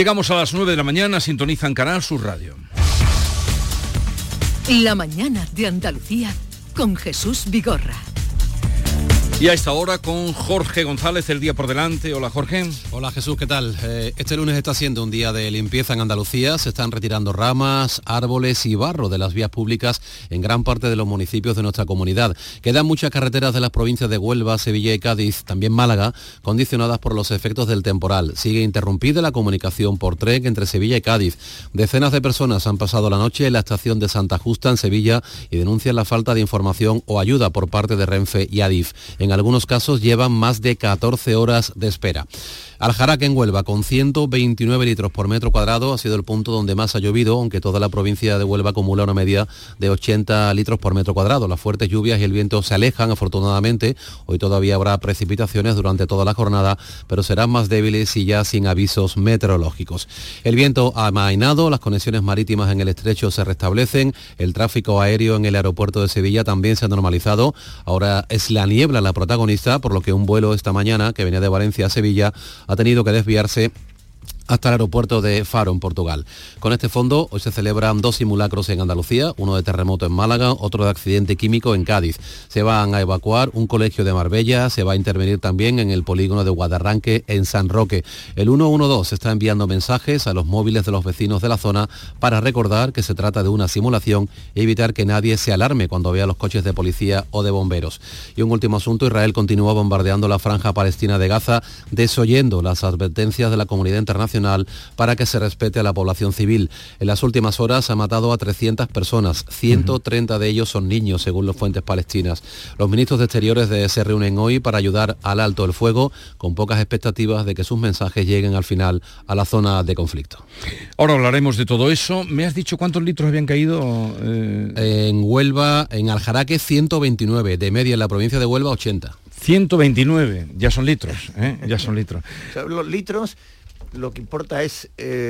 Llegamos a las 9 de la mañana, sintonizan Canal Sur Radio. La mañana de Andalucía con Jesús Vigorra. Y a esta hora con Jorge González, el día por delante. Hola, Jorge. Hola, Jesús, ¿qué tal? Este lunes está siendo un día de limpieza en Andalucía. Se están retirando ramas, árboles y barro de las vías públicas en gran parte de los municipios de nuestra comunidad. Quedan muchas carreteras de las provincias de Huelva, Sevilla y Cádiz, también Málaga, condicionadas por los efectos del temporal. Sigue interrumpida la comunicación por tren entre Sevilla y Cádiz. Decenas de personas han pasado la noche en la estación de Santa Justa, en Sevilla, y denuncian la falta de información o ayuda por parte de Renfe y Adif. En algunos casos llevan más de 14 horas de espera. Aljaraque, en Huelva, con 129 litros por metro cuadrado, ha sido el punto donde más ha llovido, aunque toda la provincia de Huelva acumula una media de 80 litros por metro cuadrado. Las fuertes lluvias y el viento se alejan, afortunadamente. Hoy todavía habrá precipitaciones durante toda la jornada, pero serán más débiles y ya sin avisos meteorológicos. El viento ha amainado, las conexiones marítimas en el estrecho se restablecen, el tráfico aéreo en el aeropuerto de Sevilla también se ha normalizado. Ahora es la niebla la protagonista, por lo que un vuelo esta mañana, que venía de Valencia a Sevilla, ha tenido que desviarse hasta el aeropuerto de Faro, en Portugal. Con este fondo, hoy se celebran 2 simulacros en Andalucía, uno de terremoto en Málaga, otro de accidente químico en Cádiz. Se van a evacuar un colegio de Marbella, se va a intervenir también en el polígono de Guadarranque, en San Roque. El 112 está enviando mensajes a los móviles de los vecinos de la zona para recordar que se trata de una simulación y evitar que nadie se alarme cuando vea los coches de policía o de bomberos. Y un último asunto, Israel continúa bombardeando la franja palestina de Gaza, desoyendo las advertencias de la comunidad internacional para que se respete a la población civil. En las últimas horas ha matado a 300 personas, 130 de ellos son niños, según las fuentes palestinas. Los ministros de Exteriores se reúnen hoy para ayudar al alto el fuego, con pocas expectativas de que sus mensajes lleguen al final a la zona de conflicto. Ahora hablaremos de todo eso. ¿Me has dicho cuántos litros habían caído? En Huelva, en Aljaraque, 129, de media en la provincia de Huelva, 80. 129, ya son litros, ya son litros. O sea, los litros, lo que importa es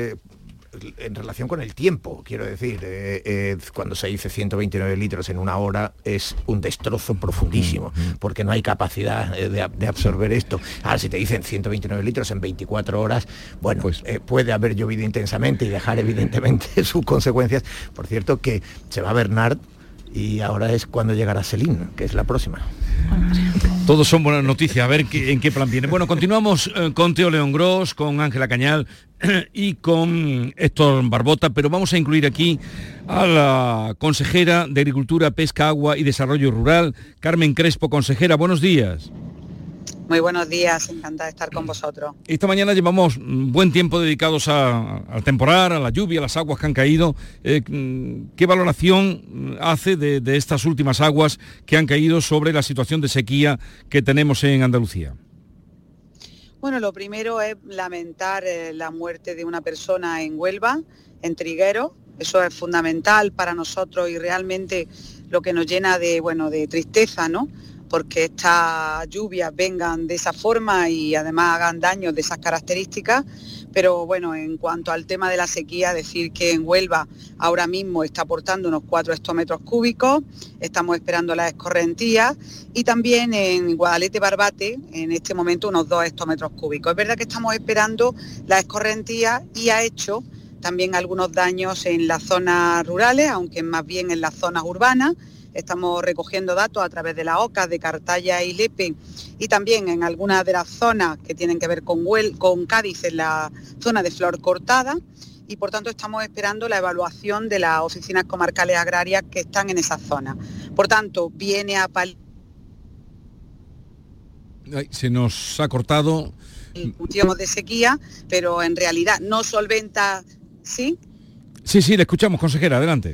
en relación con el tiempo, quiero decir, cuando se dice 129 litros en una hora es un destrozo profundísimo, porque no hay capacidad de absorber esto. Ahora, si te dicen 129 litros en 24 horas, bueno, pues puede haber llovido intensamente y dejar evidentemente sus consecuencias. Por cierto, que se va a Bernard y ahora es cuando llegará Celine, que es la próxima. Todos son buenas noticias, a ver en qué plan viene. Bueno, continuamos con Teo León Gros, con Ángela Cañal y con Héctor Barbota, pero vamos a incluir aquí a la consejera de Agricultura, Pesca, Agua y Desarrollo Rural, Carmen Crespo. Consejera, buenos días. Muy buenos días, encantada de estar con vosotros. Esta mañana llevamos buen tiempo dedicados al temporal, a la lluvia, a las aguas que han caído. ¿Qué valoración hace de estas últimas aguas que han caído sobre la situación de sequía que tenemos en Andalucía? Bueno, lo primero es lamentar la muerte de una persona en Huelva, en Trigueros. Eso es fundamental para nosotros y realmente lo que nos llena de tristeza, ¿no? Porque estas lluvias vengan de esa forma y además hagan daños de esas características. Pero bueno, en cuanto al tema de la sequía, decir que en Huelva ahora mismo está aportando unos 4 hectómetros cúbicos, estamos esperando las escorrentías, y también en Guadalete Barbate, en este momento unos 2 hectómetros cúbicos. Es verdad que estamos esperando las escorrentías y ha hecho también algunos daños en las zonas rurales, aunque más bien en las zonas urbanas. Estamos recogiendo datos a través de la OCA, de Cartaya y Lepe, y también en algunas de las zonas que tienen que ver con Cádiz, en la zona de Flor Cortada, y por tanto estamos esperando la evaluación de las oficinas comarcales agrarias que están en esa zona. Por tanto, viene a Se nos ha cortado. Cultivos de sequía, pero en realidad no solventa, ¿sí? Sí, le escuchamos, consejera, adelante.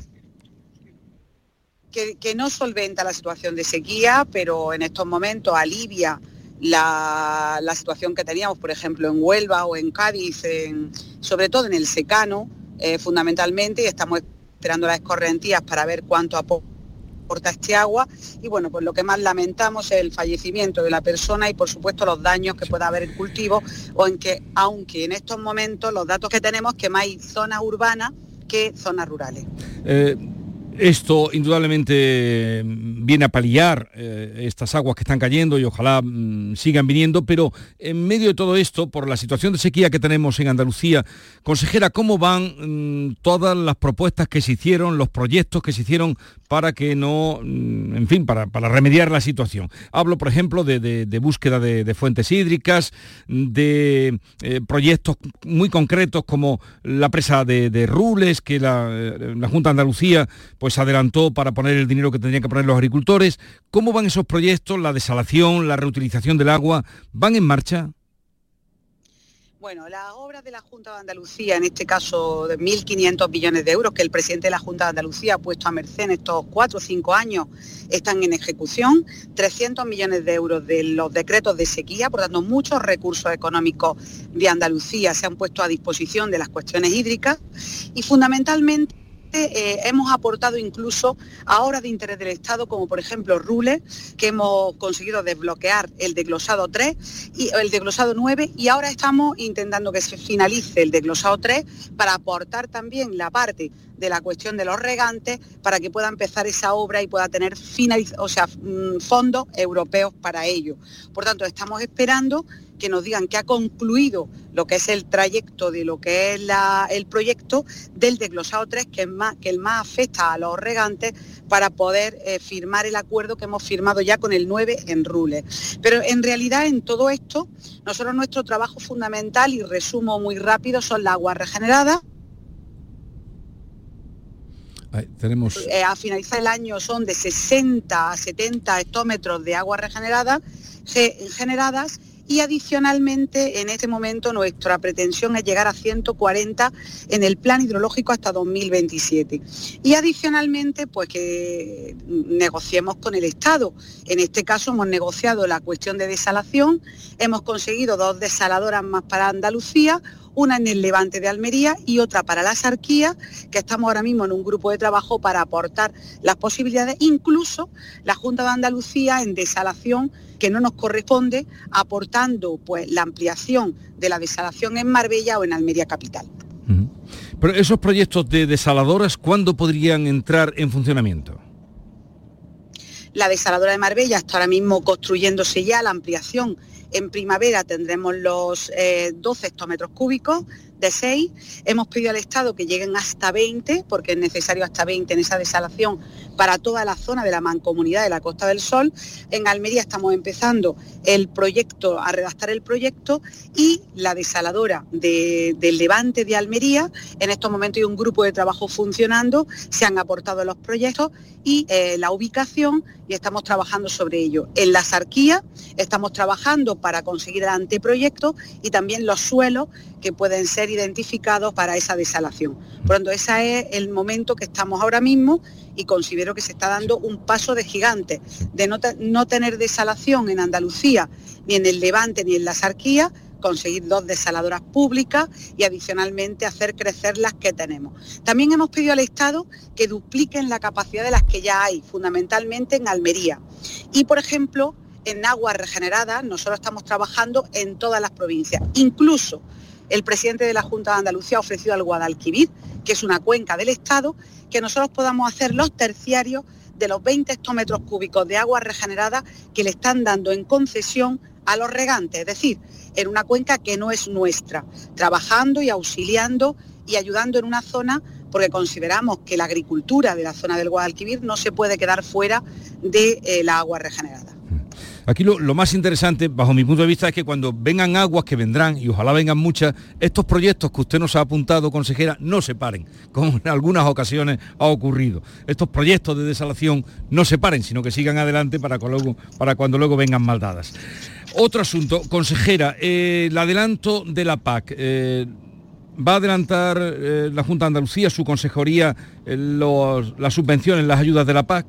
Que no solventa la situación de sequía, pero en estos momentos alivia la situación que teníamos, por ejemplo, en Huelva o en Cádiz, sobre todo en el secano, fundamentalmente, y estamos esperando las escorrentías para ver cuánto aporta este agua. Y bueno, pues lo que más lamentamos es el fallecimiento de la persona y, por supuesto, los daños que pueda haber en cultivo, aunque en estos momentos los datos que tenemos, que más hay zonas urbanas que zonas rurales. Esto indudablemente viene a paliar estas aguas que están cayendo y ojalá sigan viniendo, pero en medio de todo esto, por la situación de sequía que tenemos en Andalucía, consejera, ¿cómo van todas las propuestas que se hicieron, los proyectos que se hicieron para que no, en fin, para remediar la situación? Hablo, por ejemplo, de búsqueda de fuentes hídricas, de proyectos muy concretos como la presa de Rules, que la Junta de Andalucía pues adelantó para poner el dinero que tendrían que poner los agricultores. ¿Cómo van esos proyectos? La desalación, la reutilización del agua, ¿van en marcha? Bueno, las obras de la Junta de Andalucía, en este caso de 1.500 millones de euros que el presidente de la Junta de Andalucía ha puesto a merced en estos 4 o 5 años, están en ejecución. 300 millones de euros de los decretos de sequía, por tanto muchos recursos económicos de Andalucía se han puesto a disposición de las cuestiones hídricas y fundamentalmente hemos aportado incluso a obras de interés del Estado, como por ejemplo Rules, que hemos conseguido desbloquear el desglosado 3 y el desglosado 9 y ahora estamos intentando que se finalice el desglosado 3 para aportar también la parte de la cuestión de los regantes para que pueda empezar esa obra y pueda tener fondos europeos para ello. Por tanto, estamos esperando que nos digan que ha concluido lo que es el trayecto de lo que es el proyecto del desglosado 3, que el más afecta a los regantes, para poder firmar el acuerdo que hemos firmado ya con el 9 en Rules. Pero en realidad en todo esto, nosotros nuestro trabajo fundamental, y resumo muy rápido, son las aguas regeneradas. A finalizar el año son de 60 a 70 hectómetros de aguas generadas y adicionalmente en este momento nuestra pretensión es llegar a 140 en el plan hidrológico hasta 2027. Y adicionalmente pues que negociemos con el Estado. En este caso hemos negociado la cuestión de desalación, hemos conseguido 2 desaladoras más para Andalucía, una en el Levante de Almería y otra para la Sarquía, que estamos ahora mismo en un grupo de trabajo para aportar las posibilidades, incluso la Junta de Andalucía en desalación, que no nos corresponde, aportando pues la ampliación de la desalación en Marbella o en Almería capital. Pero esos proyectos de desaladoras, ¿cuándo podrían entrar en funcionamiento? La desaladora de Marbella está ahora mismo construyéndose ya, la ampliación. En primavera tendremos los 12 hectómetros cúbicos de 6. Hemos pedido al Estado que lleguen hasta 20, porque es necesario hasta 20 en esa desalación para toda la zona de la Mancomunidad de la Costa del Sol. En Almería estamos empezando el proyecto, a redactar el proyecto, y la desaladora del Levante de Almería, en estos momentos hay un grupo de trabajo funcionando, se han aportado los proyectos y la ubicación, y estamos trabajando sobre ello. En la Sarquía estamos trabajando para conseguir el anteproyecto y también los suelos que pueden ser identificados para esa desalación. Por lo tanto, ese es el momento que estamos ahora mismo y considero que se está dando un paso de gigante, de no tener desalación en Andalucía, ni en el Levante, ni en la Sarquía, conseguir 2 desaladoras públicas y adicionalmente hacer crecer las que tenemos. También hemos pedido al Estado que dupliquen la capacidad de las que ya hay, fundamentalmente en Almería. Y, por ejemplo, en aguas regeneradas nosotros estamos trabajando en todas las provincias. Incluso el presidente de la Junta de Andalucía ha ofrecido al Guadalquivir, que es una cuenca del Estado, que nosotros podamos hacer los terciarios de los 20 hectómetros cúbicos de aguas regeneradas que le están dando en concesión a los regantes, es decir, en una cuenca que no es nuestra, trabajando y auxiliando y ayudando en una zona, porque consideramos que la agricultura de la zona del Guadalquivir no se puede quedar fuera de la agua regenerada. Aquí lo más interesante, bajo mi punto de vista, es que cuando vengan aguas, que vendrán, y ojalá vengan muchas, estos proyectos que usted nos ha apuntado, consejera, no se paren, como en algunas ocasiones ha ocurrido. Estos proyectos de desalación no se paren, sino que sigan adelante para cuando luego vengan mal dadas. Otro asunto, consejera, el adelanto de la PAC. ¿Va a adelantar la Junta de Andalucía, su consejería, las subvenciones, las ayudas de la PAC?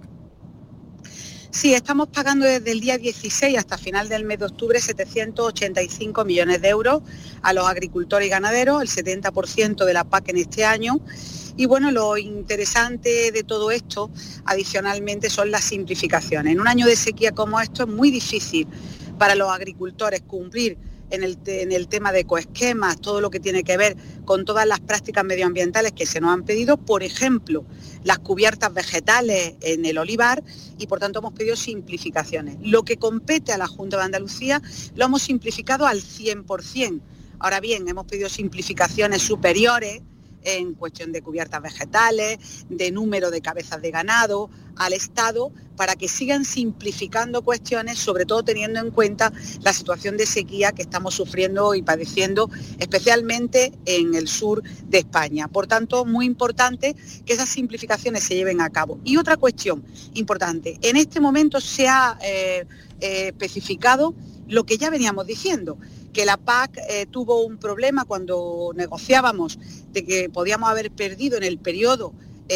Sí, estamos pagando desde el día 16 hasta final del mes de octubre 785 millones de euros a los agricultores y ganaderos, el 70% de la PAC en este año. Y bueno, lo interesante de todo esto, adicionalmente, son las simplificaciones. En un año de sequía como esto es muy difícil para los agricultores cumplir en el tema de ecoesquemas, todo lo que tiene que ver con todas las prácticas medioambientales que se nos han pedido, por ejemplo, las cubiertas vegetales en el olivar, y por tanto hemos pedido simplificaciones. Lo que compete a la Junta de Andalucía lo hemos simplificado al 100%. Ahora bien, hemos pedido simplificaciones superiores en cuestión de cubiertas vegetales, de número de cabezas de ganado, al Estado, para que sigan simplificando cuestiones, sobre todo teniendo en cuenta la situación de sequía que estamos sufriendo y padeciendo, especialmente en el sur de España. Por tanto, muy importante que esas simplificaciones se lleven a cabo. Y otra cuestión importante, en este momento se ha especificado lo que ya veníamos diciendo, que la PAC tuvo un problema cuando negociábamos de que podíamos haber perdido en el periodo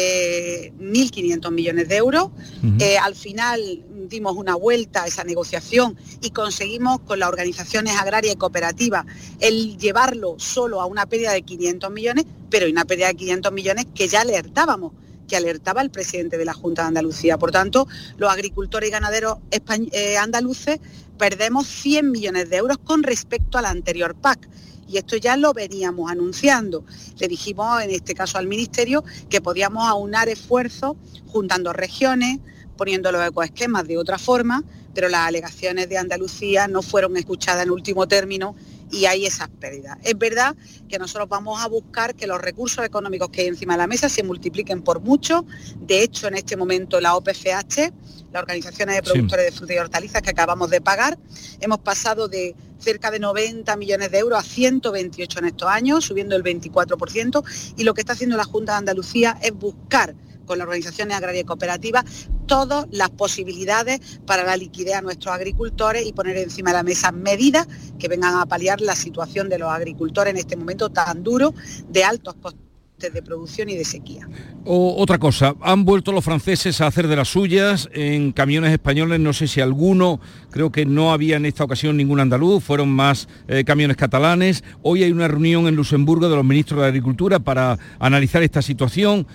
1.500 millones de euros. Al final dimos una vuelta a esa negociación y conseguimos con las organizaciones agrarias y cooperativas el llevarlo solo a una pérdida de 500 millones, pero una pérdida de 500 millones que ya alertábamos, que alertaba el presidente de la Junta de Andalucía. Por tanto, los agricultores y ganaderos andaluces perdemos 100 millones de euros con respecto a la anterior PAC. Y esto ya lo veníamos anunciando. Le dijimos, en este caso al Ministerio, que podíamos aunar esfuerzos juntando regiones, poniendo los ecoesquemas de otra forma, pero las alegaciones de Andalucía no fueron escuchadas en último término y hay esas pérdidas. Es verdad que nosotros vamos a buscar que los recursos económicos que hay encima de la mesa se multipliquen por mucho. De hecho, en este momento la OPCH, las organizaciones de productores de frutas y hortalizas que acabamos de pagar, hemos pasado de cerca de 90 millones de euros a 128 en estos años, subiendo el 24%, y lo que está haciendo la Junta de Andalucía es buscar con las organizaciones agrarias y cooperativas todas las posibilidades para la liquidez a nuestros agricultores y poner encima de la mesa medidas que vengan a paliar la situación de los agricultores en este momento tan duro de altos costes de producción y de sequía. Otra cosa, han vuelto los franceses a hacer de las suyas en camiones españoles, no sé si alguno, creo que no había en esta ocasión ningún andaluz, fueron más camiones catalanes. Hoy hay una reunión en Luxemburgo de los ministros de Agricultura para analizar esta situación.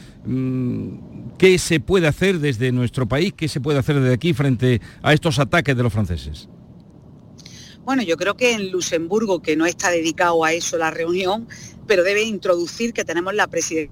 ¿Qué se puede hacer desde nuestro país? ¿Qué se puede hacer desde aquí frente a estos ataques de los franceses? Bueno, yo creo que en Luxemburgo, que no está dedicado a eso la reunión, pero debe introducir que tenemos la presidencia.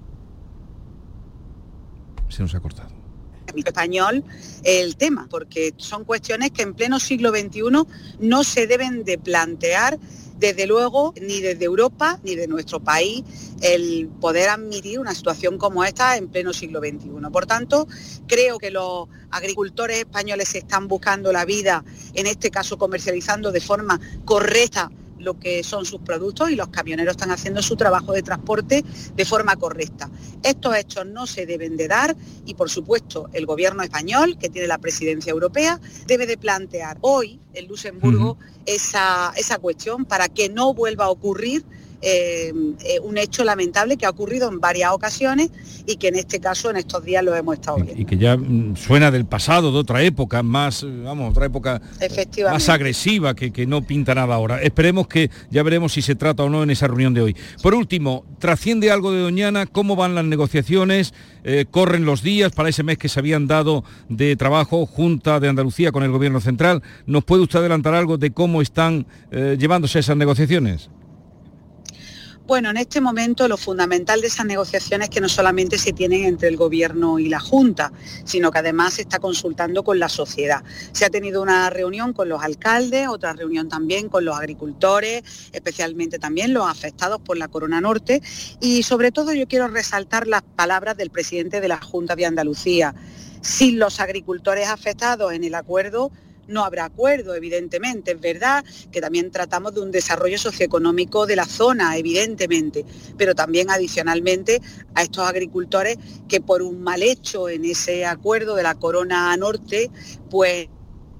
Se nos ha cortado. Español el tema, porque son cuestiones que en pleno siglo XXI no se deben de plantear, desde luego, ni desde Europa ni de nuestro país, el poder admitir una situación como esta en pleno siglo XXI. Por tanto, creo que los agricultores españoles se están buscando la vida, en este caso comercializando de forma correcta lo que son sus productos, y los camioneros están haciendo su trabajo de transporte de forma correcta. Estos hechos no se deben de dar y, por supuesto, el gobierno español, que tiene la presidencia europea, debe de plantear hoy en Luxemburgo esa cuestión para que no vuelva a ocurrir un hecho lamentable que ha ocurrido en varias ocasiones y que en este caso, en estos días, lo hemos estado viendo. Y que ya suena del pasado, de otra época, otra época más agresiva, que no pinta nada ahora. Esperemos que ya veremos si se trata o no en esa reunión de hoy. Por último, ¿trasciende algo de Doñana? ¿Cómo van las negociaciones? ¿Corren los días para ese mes que se habían dado de trabajo Junta de Andalucía con el Gobierno Central? ¿Nos puede usted adelantar algo de cómo están llevándose esas negociaciones? Bueno, en este momento lo fundamental de esas negociaciones es que no solamente se tienen entre el Gobierno y la Junta, sino que además se está consultando con la sociedad. Se ha tenido una reunión con los alcaldes, otra reunión también con los agricultores, especialmente también los afectados por la Corona Norte, y sobre todo yo quiero resaltar las palabras del presidente de la Junta de Andalucía. Sin los agricultores afectados en el acuerdo, no habrá acuerdo, evidentemente. Es verdad que también tratamos de un desarrollo socioeconómico de la zona, evidentemente, pero también adicionalmente a estos agricultores que por un mal hecho en ese acuerdo de la Corona Norte, pues...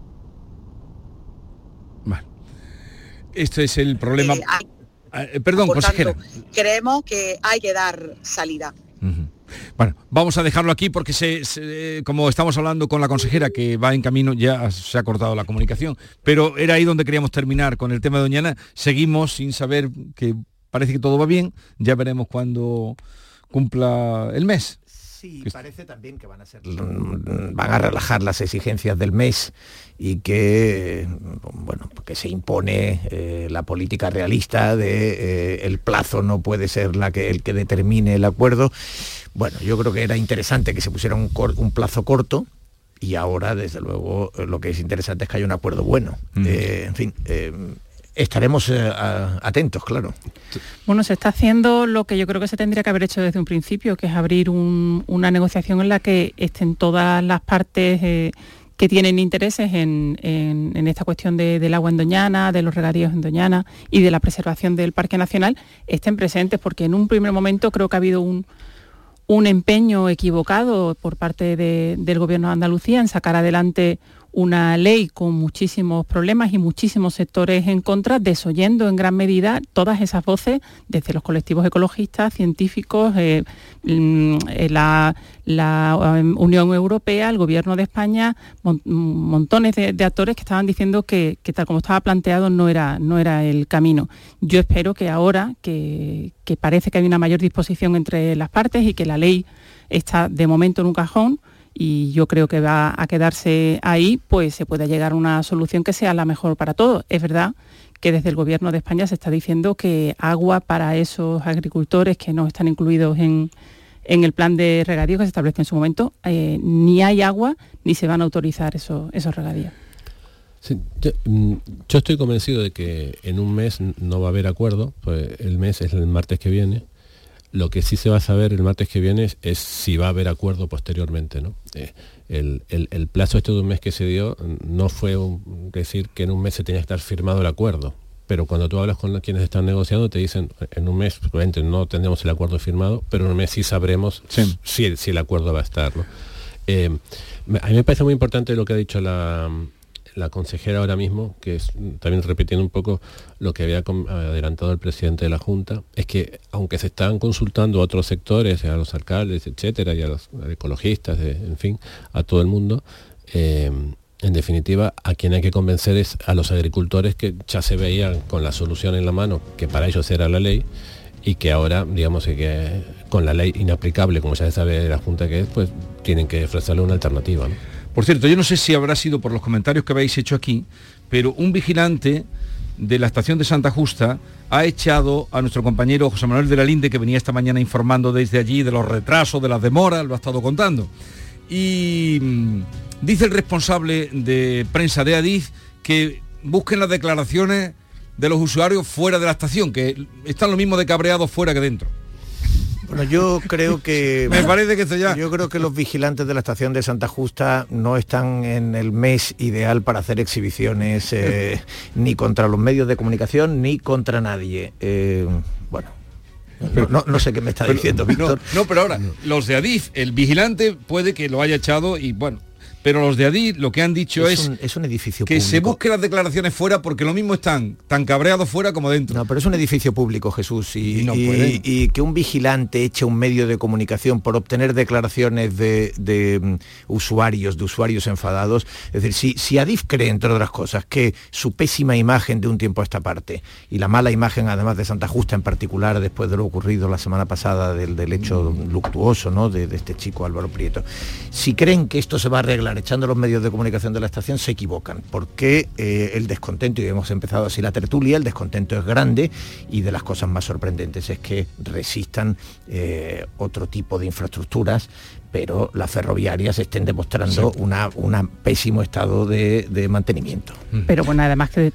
Bueno, este es el problema... perdón, consejera. Por tanto, creemos que hay que dar salida. Bueno, vamos a dejarlo aquí porque como estamos hablando con la consejera que va en camino, ya se ha cortado la comunicación, pero era ahí donde queríamos terminar con el tema de Doñana. Seguimos sin saber, que parece que todo va bien, ya veremos cuando cumpla el mes. Sí, parece también que van a relajar las exigencias del mes y que, bueno, que se impone la política realista de el plazo no puede ser el que determine el acuerdo. Bueno, yo creo que era interesante que se pusiera un plazo corto, y ahora, desde luego, lo que es interesante es que haya un acuerdo bueno. En fin, estaremos atentos, claro. Bueno, se está haciendo lo que yo creo que se tendría que haber hecho desde un principio, que es abrir una negociación en la que estén todas las partes que tienen intereses en esta cuestión del agua en Doñana, de los regadíos en Doñana y de la preservación del Parque Nacional, estén presentes, porque en un primer momento creo que ha habido un empeño equivocado por parte del Gobierno de Andalucía en sacar adelante una ley con muchísimos problemas y muchísimos sectores en contra, desoyendo en gran medida todas esas voces desde los colectivos ecologistas, científicos, la Unión Europea, el Gobierno de España, montones de actores que estaban diciendo que tal como estaba planteado no era el camino. Yo espero que ahora, que parece que hay una mayor disposición entre las partes y que la ley está de momento en un cajón, y yo creo que va a quedarse ahí, pues se puede llegar a una solución que sea la mejor para todos. Es verdad que desde el Gobierno de España se está diciendo que agua para esos agricultores que no están incluidos en el plan de regadío que se estableció en su momento, ni hay agua ni se van a autorizar esos regadíos. Sí, yo estoy convencido de que en un mes no va a haber acuerdo, pues el mes es el martes que viene. Lo que sí se va a saber el martes que viene es si va a haber acuerdo posteriormente, ¿no? El plazo de un mes que se dio no fue decir que en un mes se tenía que estar firmado el acuerdo, pero cuando tú hablas con quienes están negociando te dicen en un mes probablemente no tendremos el acuerdo firmado, pero en un mes sí sabremos si el acuerdo va a estar, ¿no? A mí me parece muy importante lo que ha dicho la consejera ahora mismo, que es también repitiendo un poco lo que había adelantado el presidente de la Junta, es que aunque se están consultando a otros sectores, a los alcaldes, etcétera, y a los ecologistas, en fin, a todo el mundo, en definitiva, a quien hay que convencer es a los agricultores que ya se veían con la solución en la mano, que para ellos era la ley, y que ahora, digamos, que con la ley inaplicable, como ya se sabe de la Junta que es, pues tienen que ofrecerle una alternativa, ¿no? Por cierto, yo no sé si habrá sido por los comentarios que habéis hecho aquí, pero un vigilante de la estación de Santa Justa ha echado a nuestro compañero José Manuel de la Linde, que venía esta mañana informando desde allí de los retrasos, de las demoras, lo ha estado contando. Y dice el responsable de prensa de Adif que busquen las declaraciones de los usuarios fuera de la estación, que están lo mismo de cabreados fuera que dentro. Bueno, yo creo que... Me parece que esto ya... Yo creo que los vigilantes de la estación de Santa Justa no están en el mes ideal para hacer exhibiciones ni contra los medios de comunicación ni contra nadie. Bueno, no sé qué me está diciendo, Víctor. No, pero ahora, los de Adif, el vigilante puede que lo haya echado y bueno... Pero los de Adif lo que han dicho es un edificio que público. Se busque las declaraciones fuera porque lo mismo están tan cabreados fuera como dentro. No, pero es un edificio público, Jesús, y que un vigilante eche un medio de comunicación por obtener declaraciones de usuarios enfadados. Es decir, si Adif cree, entre otras cosas, que su pésima imagen de un tiempo a esta parte y la mala imagen además de Santa Justa en particular después de lo ocurrido la semana pasada del hecho luctuoso, ¿no?, de este chico Álvaro Prieto, si creen que esto se va a arreglar echando los medios de comunicación de la estación, se equivocan, porque el descontento, y hemos empezado así la tertulia, el descontento es grande, y de las cosas más sorprendentes es que resistan otro tipo de infraestructuras, pero las ferroviarias estén demostrando un pésimo estado de mantenimiento. Pero bueno, además que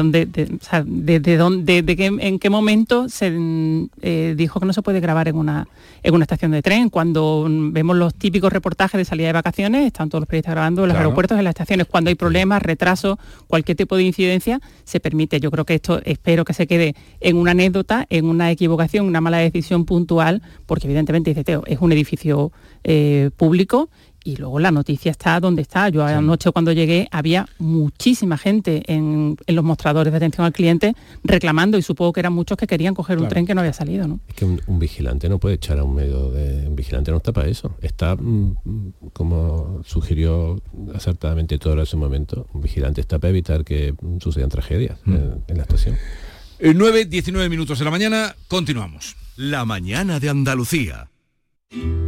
en qué momento se dijo que no se puede grabar en una estación de tren, cuando vemos los típicos reportajes de salida de vacaciones, están todos los periodistas grabando en los aeropuertos, en las estaciones, cuando hay problemas, retrasos, cualquier tipo de incidencia, se permite. Yo creo que esto espero que se quede en una anécdota, en una equivocación, una mala decisión puntual, porque evidentemente, dice Teo, es un edificio público y luego la noticia está donde está. Yo anoche cuando llegué había muchísima gente en los mostradores de atención al cliente reclamando, y supongo que eran muchos que querían coger un tren que no había salido, ¿no? Es que un vigilante no puede echar a un medio de... Un vigilante no está para eso. Está, como sugirió acertadamente todo en ese momento, un vigilante está para evitar que sucedan tragedias en la estación. 9:19 de la mañana, continuamos. La mañana de Andalucía.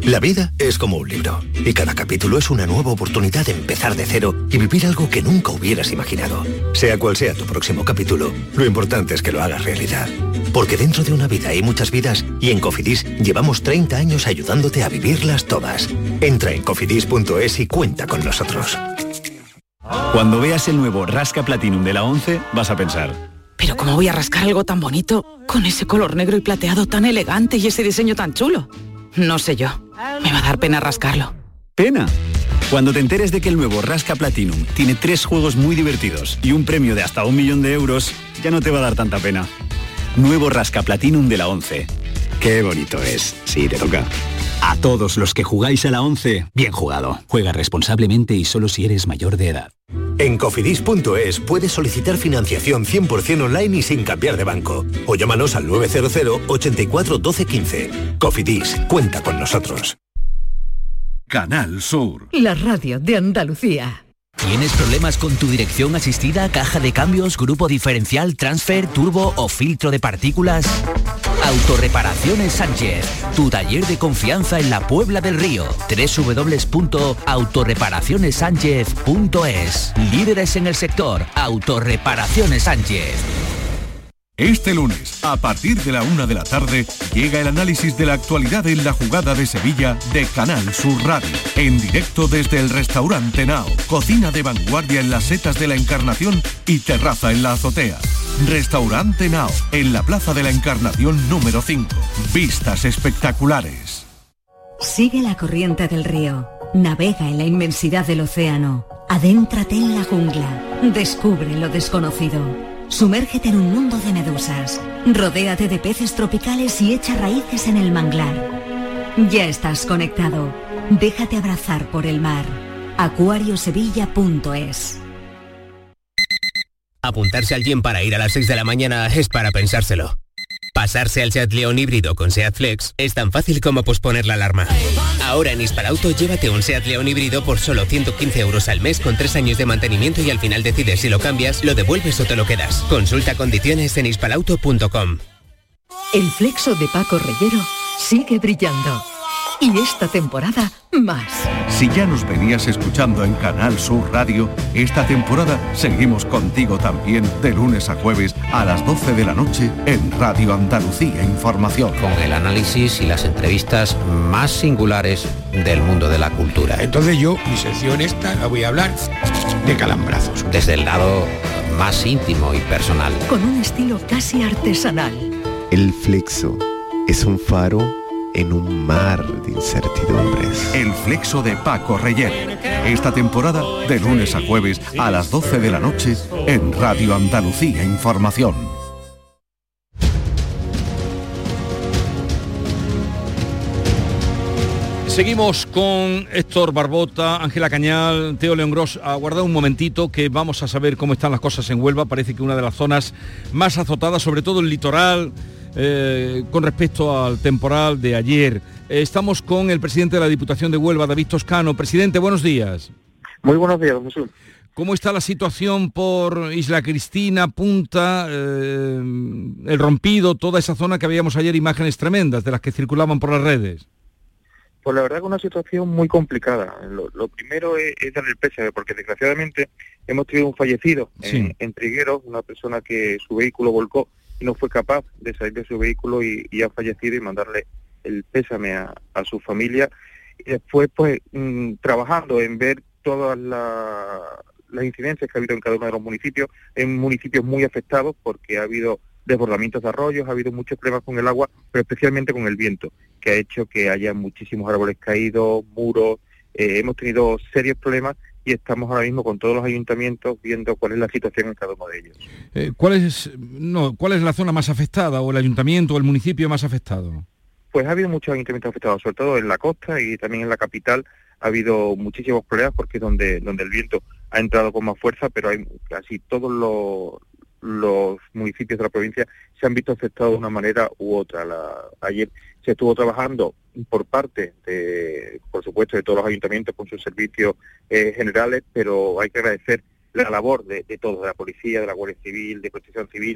La vida es como un libro y cada capítulo es una nueva oportunidad de empezar de cero y vivir algo que nunca hubieras imaginado. Sea cual sea tu próximo capítulo, lo importante es que lo hagas realidad. Porque dentro de una vida hay muchas vidas y en Cofidis llevamos 30 años ayudándote a vivirlas todas. Entra en cofidis.es y cuenta con nosotros. Cuando veas el nuevo Rasca Platinum de la 11, vas a pensar: ¿pero cómo voy a rascar algo tan bonito con ese color negro y plateado tan elegante y ese diseño tan chulo? No sé yo. Me va a dar pena rascarlo. ¿Pena? Cuando te enteres de que el nuevo Rasca Platinum tiene 3 juegos muy divertidos y un premio de hasta 1 millón de euros, ya no te va a dar tanta pena. Nuevo Rasca Platinum de la 11. Qué bonito es. Sí, te toca. A todos los que jugáis a la 11, bien jugado. Juega responsablemente y solo si eres mayor de edad. En cofidis.es puedes solicitar financiación 100% online y sin cambiar de banco. O llámanos al 900 84 12 15. Cofidis, cuenta con nosotros. Canal Sur. La radio de Andalucía. ¿Tienes problemas con tu dirección asistida, caja de cambios, grupo diferencial, transfer, turbo o filtro de partículas? Autorreparaciones Sánchez, tu taller de confianza en la Puebla del Río. www.autorreparacionessánchez.es. Líderes en el sector, Autorreparaciones Sánchez. Este lunes, a partir de la 1 de la tarde, llega el análisis de la actualidad en la jugada de Sevilla de Canal Sur Radio. En directo desde el restaurante Nao. Cocina de vanguardia en las setas de la Encarnación y terraza en la azotea. Restaurante Nao, en la Plaza de la Encarnación número 5. Vistas espectaculares. Sigue la corriente del río. Navega en la inmensidad del océano. Adéntrate en la jungla. Descubre lo desconocido. Sumérgete en un mundo de medusas. Rodéate de peces tropicales y echa raíces en el manglar. Ya estás conectado. Déjate abrazar por el mar. acuariosevilla.es. Apuntarse al gym para ir a las 6 de la mañana es para pensárselo. Pasarse al Seat León híbrido con Seat Flex es tan fácil como posponer la alarma. Ahora en Hispalauto llévate un Seat León híbrido por solo 115 euros al mes con 3 años de mantenimiento y al final decides si lo cambias, lo devuelves o te lo quedas. Consulta condiciones en hispalauto.com. El flexo de Paco Reyero sigue brillando. Y esta temporada más. Si ya nos venías escuchando en Canal Sur Radio, esta temporada seguimos contigo también de lunes a jueves a las 12 de la noche en Radio Andalucía Información. Con el análisis y las entrevistas más singulares del mundo de la cultura. Entonces yo, mi sección esta, la voy a hablar de calambrazos. Desde el lado más íntimo y personal. Con un estilo casi artesanal. El flexo es un faro en un mar de incertidumbres. El flexo de Paco Reyero. Esta temporada de lunes a jueves a las 12 de la noche en Radio Andalucía Información. Seguimos con Héctor Barbota, Ángela Cañal, Teo León Gros. Aguardad un momentito que vamos a saber cómo están las cosas en Huelva. Parece que una de las zonas más azotadas, sobre todo el litoral, con respecto al temporal de ayer. Estamos con el presidente de la Diputación de Huelva, David Toscano. Presidente, buenos días. Muy buenos días, Jesús. ¿Cómo está la situación por Isla Cristina, Punta, El Rompido, toda esa zona que veíamos ayer, imágenes tremendas de las que circulaban por las redes? Pues la verdad que una situación muy complicada. Lo primero es dar el pésame, porque desgraciadamente hemos tenido un fallecido en Trigueros, una persona que su vehículo volcó y no fue capaz de salir de su vehículo y ha fallecido, y mandarle el pésame a su familia. Y después, pues, trabajando en ver todas las incidencias que ha habido en cada uno de los municipios, en municipios muy afectados porque ha habido desbordamientos de arroyos, ha habido muchos problemas con el agua, pero especialmente con el viento, que ha hecho que haya muchísimos árboles caídos, muros, hemos tenido serios problemas y estamos ahora mismo con todos los ayuntamientos viendo cuál es la situación en cada uno de ellos. ¿Cuál es la zona más afectada, o el ayuntamiento o el municipio más afectado? Pues ha habido muchos ayuntamientos afectados, sobre todo en la costa y también en la capital. Ha habido muchísimos problemas porque es donde el viento ha entrado con más fuerza, pero hay casi todos los municipios de la provincia se han visto afectados de una manera u otra. Ayer se estuvo trabajando por parte de, por supuesto, de todos los ayuntamientos con sus servicios generales, pero hay que agradecer la labor de todos, de la policía, de la Guardia Civil, de Protección Civil,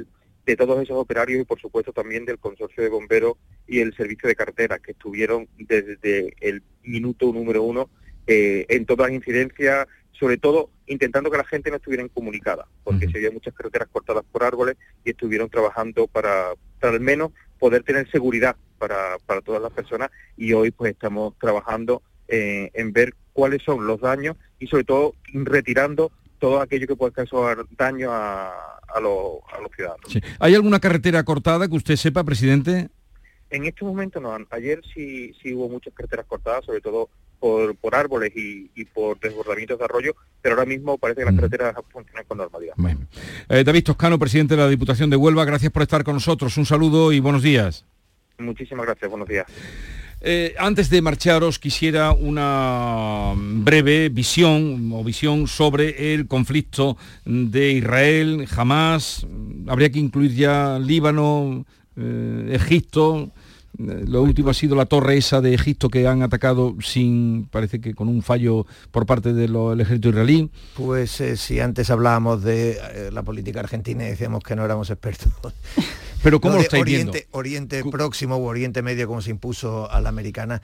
de todos esos operarios y por supuesto también del consorcio de bomberos y el servicio de carreteras, que estuvieron desde el minuto número 1 en todas las incidencias, sobre todo intentando que la gente no estuviera incomunicada, porque se había muchas carreteras cortadas por árboles y estuvieron trabajando para al menos poder tener seguridad para todas las personas, y hoy pues estamos trabajando en ver cuáles son los daños y sobre todo retirando todo aquello que puede causar daño a los ciudadanos. Sí. ¿Hay alguna carretera cortada que usted sepa, presidente? En este momento no. Ayer sí hubo muchas carreteras cortadas, sobre todo por árboles y por desbordamientos de arroyo, pero ahora mismo parece que las carreteras funcionan con normalidad. Bueno. David Toscano, presidente de la Diputación de Huelva, gracias por estar con nosotros. Un saludo y buenos días. Muchísimas gracias, buenos días. Antes de marcharos, quisiera una breve visión sobre el conflicto de Israel, Hamás. Habría que incluir ya Líbano, Egipto. Lo último ha sido la torre esa de Egipto que han atacado parece que con un fallo por parte del ejército israelí. Pues si antes hablábamos de la política argentina y decíamos que no éramos expertos. Pero ¿cómo lo estáis viendo? Oriente Próximo o Oriente Medio, como se impuso a la americana,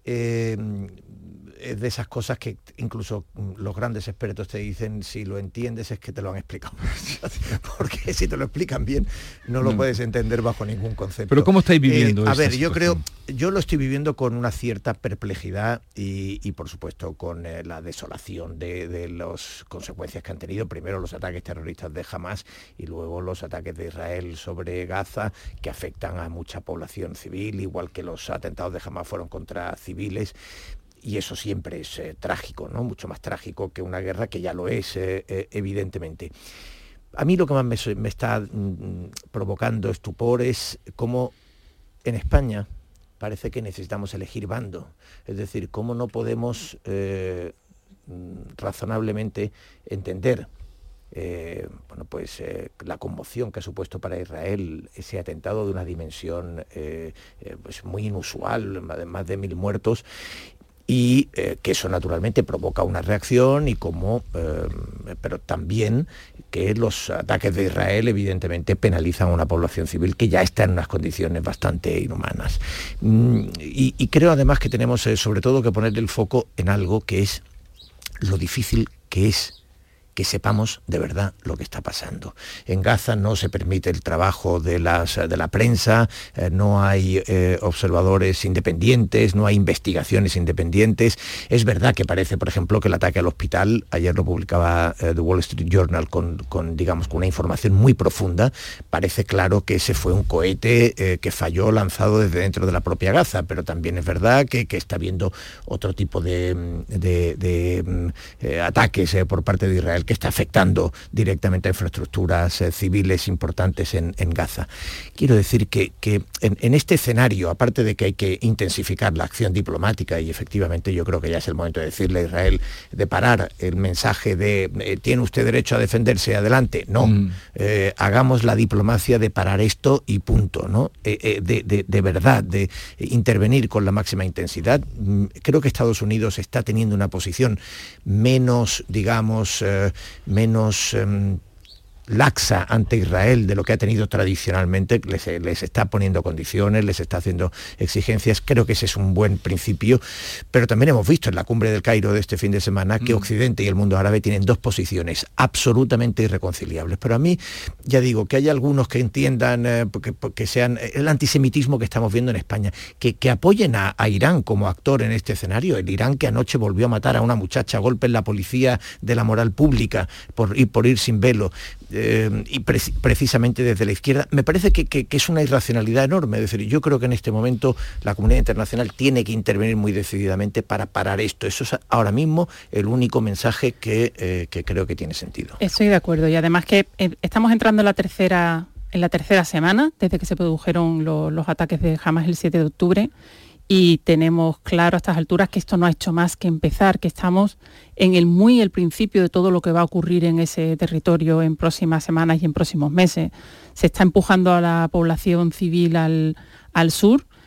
es de esas cosas que incluso los grandes expertos te dicen, si lo entiendes es que te lo han explicado. Porque si te lo explican bien, no lo puedes entender bajo ningún concepto. Pero ¿cómo estáis viviendo a ver, yo lo estoy viviendo con una cierta perplejidad y por supuesto con la desolación de las consecuencias que han tenido. Primero los ataques terroristas de Hamás y luego los ataques de Israel sobre Gaza, que afectan a mucha población civil, igual que los atentados de Hamás fueron contra civiles. Y eso siempre es trágico, ¿no? Mucho más trágico que una guerra, que ya lo es, evidentemente. A mí lo que más me está provocando estupor es cómo en España parece que necesitamos elegir bando. Es decir, cómo no podemos razonablemente entender la conmoción que ha supuesto para Israel ese atentado de una dimensión pues muy inusual, más de 1.000 muertos, y que eso naturalmente provoca una reacción, y pero también que los ataques de Israel evidentemente penalizan a una población civil que ya está en unas condiciones bastante inhumanas. Y creo además que tenemos sobre todo que poner el foco en algo que es lo difícil que es que sepamos de verdad lo que está pasando. En Gaza no se permite el trabajo de la prensa, no hay observadores independientes, no hay investigaciones independientes. Es verdad que parece, por ejemplo, que el ataque al hospital, ayer lo publicaba The Wall Street Journal con una información muy profunda, parece claro que ese fue un cohete que falló lanzado desde dentro de la propia Gaza, pero también es verdad que está habiendo otro tipo de ataques por parte de Israel que está afectando directamente a infraestructuras civiles importantes en Gaza. Quiero decir que en este escenario, aparte de que hay que intensificar la acción diplomática, y efectivamente yo creo que ya es el momento de decirle a Israel de parar el mensaje de tiene usted derecho a defenderse, adelante. No, hagamos la diplomacia de parar esto y punto, ¿no? De verdad, de intervenir con la máxima intensidad. Creo que Estados Unidos está teniendo una posición menos, digamos, menos laxa ante Israel de lo que ha tenido tradicionalmente. Les está poniendo condiciones, les está haciendo exigencias. Creo que ese es un buen principio, pero también hemos visto en la cumbre del Cairo de este fin de semana que Occidente y el mundo árabe tienen dos posiciones absolutamente irreconciliables. Pero a mí, ya digo, que hay algunos que entiendan que sean el antisemitismo que estamos viendo en España, que apoyen a Irán como actor en este escenario. El Irán que anoche volvió a matar a una muchacha a golpe en la policía de la moral pública por ir sin velo. Y precisamente desde la izquierda, me parece que es una irracionalidad enorme. Es decir, yo creo que en este momento la comunidad internacional tiene que intervenir muy decididamente para parar esto. Eso es ahora mismo el único mensaje que creo que tiene sentido. Estoy de acuerdo, y además que estamos entrando en la tercera semana desde que se produjeron los ataques de Hamás el 7 de octubre, y tenemos claro a estas alturas que esto no ha hecho más que empezar, que estamos en el principio de todo lo que va a ocurrir en ese territorio en próximas semanas y en próximos meses. Se está empujando a la población civil al sur,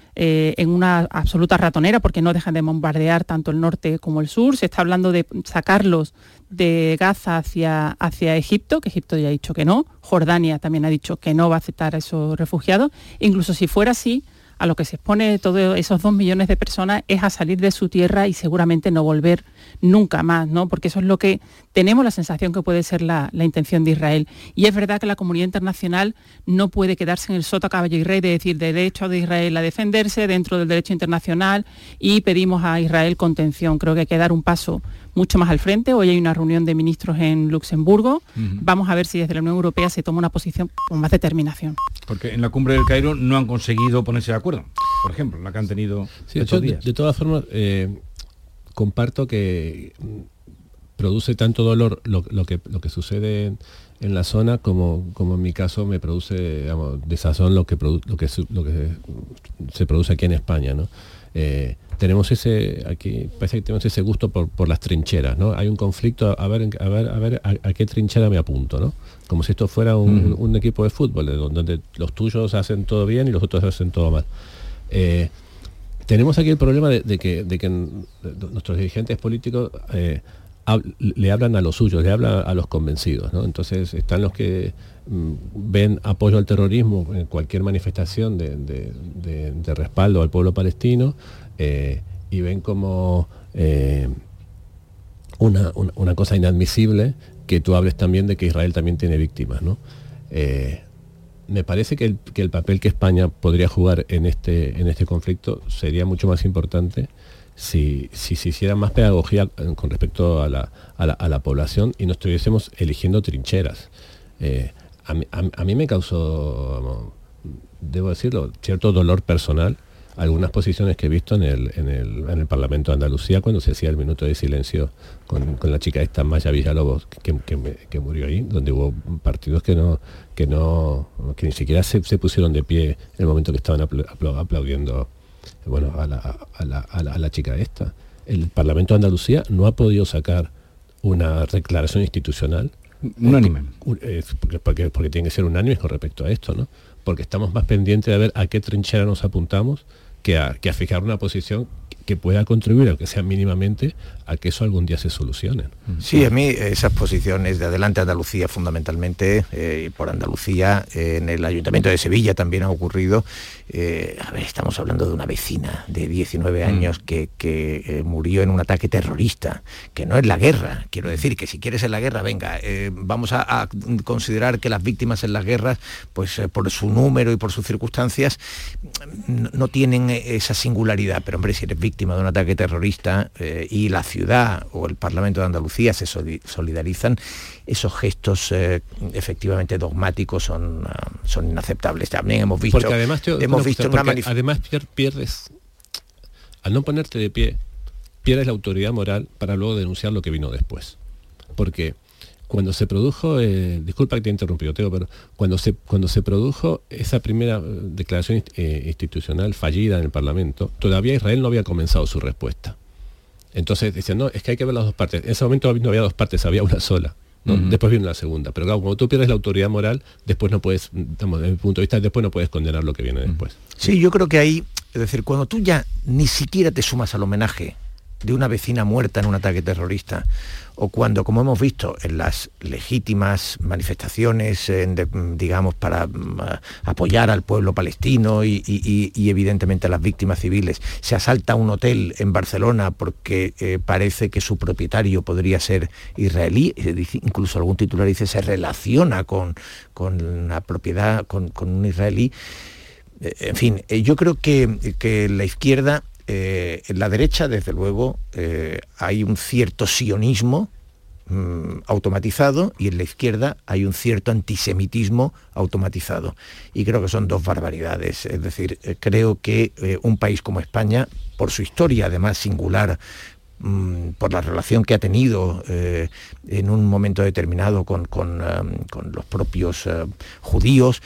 en una absoluta ratonera, porque no dejan de bombardear tanto el norte como el sur. Se está hablando de sacarlos de Gaza hacia Egipto, que Egipto ya ha dicho que no. Jordania también ha dicho que no va a aceptar a esos refugiados. Incluso si fuera así, a lo que se expone todos esos 2 millones de personas es a salir de su tierra y seguramente no volver nunca más, ¿no? Porque eso es lo que tenemos la sensación que puede ser la intención de Israel. Y es verdad que la comunidad internacional no puede quedarse en el sota, caballo y rey de decir derecho de Israel a defenderse dentro del derecho internacional y pedimos a Israel contención. Creo que hay que dar un paso mucho más al frente. Hoy hay una reunión de ministros en Luxemburgo. Vamos a ver si desde la Unión Europea se toma una posición con más determinación. Porque en la cumbre del Cairo no han conseguido ponerse de acuerdo, por ejemplo, la que han tenido estos días. De todas formas, comparto que produce tanto dolor lo que sucede en la zona como en mi caso me produce, digamos, desazón lo que se produce aquí en España, ¿no? Tenemos aquí parece que tenemos ese gusto por las trincheras, ¿no? Hay un conflicto, a ver a qué trinchera me apunto, ¿no? Como si esto fuera un equipo de fútbol, donde los tuyos hacen todo bien y los otros hacen todo mal. Tenemos aquí el problema de que nuestros dirigentes políticos le hablan a los suyos, le hablan a los convencidos, ¿no? Entonces están los que ven apoyo al terrorismo en cualquier manifestación de respaldo al pueblo palestino, y ven como una cosa inadmisible que tú hables también de que Israel también tiene víctimas, ¿no? Me parece que el papel que España podría jugar en este conflicto sería mucho más importante si se hiciera más pedagogía con respecto a la población y no estuviésemos eligiendo trincheras. A mí me causó, debo decirlo, cierto dolor personal algunas posiciones que he visto en el Parlamento de Andalucía cuando se hacía el minuto de silencio con la chica esta Maya Villalobos que murió ahí, donde hubo partidos que ni siquiera se pusieron de pie en el momento que estaban aplaudiendo, bueno, a la chica esta. El Parlamento de Andalucía no ha podido sacar una declaración institucional unánime, porque tiene que ser unánime con respecto a esto, ¿no? Porque estamos más pendientes de ver a qué trinchera nos apuntamos que a fijar una posición que pueda contribuir, aunque sea mínimamente, a que eso algún día se solucione. Sí, a mí esas posiciones de Adelante Andalucía fundamentalmente, y por Andalucía, en el Ayuntamiento de Sevilla también ha ocurrido. Estamos hablando de una vecina de 19 años que murió en un ataque terrorista, que no es la guerra, quiero decir, que si quieres en la guerra, venga, vamos a considerar que las víctimas en las guerras, pues por su número y por sus circunstancias, no tienen esa singularidad, pero hombre, si eres víctima de un ataque terrorista y la ciudad o el Parlamento de Andalucía se solidarizan, esos gestos efectivamente dogmáticos son inaceptables. También hemos visto... Porque además, además pierdes, al no ponerte de pie, pierdes la autoridad moral para luego denunciar lo que vino después. Porque cuando se produjo, disculpa que te he interrumpido, Teo, pero cuando se produjo esa primera declaración institucional fallida en el Parlamento, todavía Israel no había comenzado su respuesta. Entonces decían, no, es que hay que ver las dos partes. En ese momento no había dos partes, había una sola, ¿no? Después viene la segunda. Pero claro, cuando tú pierdes la autoridad moral, después no puedes, desde mi punto de vista, después no puedes condenar lo que viene después. Sí, yo creo que ahí, es decir, cuando tú ya ni siquiera te sumas al homenaje de una vecina muerta en un ataque terrorista, o cuando, como hemos visto, en las legítimas manifestaciones, digamos, para apoyar al pueblo palestino y evidentemente a las víctimas civiles, se asalta un hotel en Barcelona porque parece que su propietario podría ser israelí, incluso algún titular dice se relaciona con la propiedad, con un israelí. En fin, yo creo que la izquierda, en la derecha, desde luego, hay un cierto sionismo automatizado, y en la izquierda hay un cierto antisemitismo automatizado. Y creo que son dos barbaridades. Es decir, creo que un país como España, por su historia además singular, por la relación que ha tenido en un momento determinado con los propios judíos,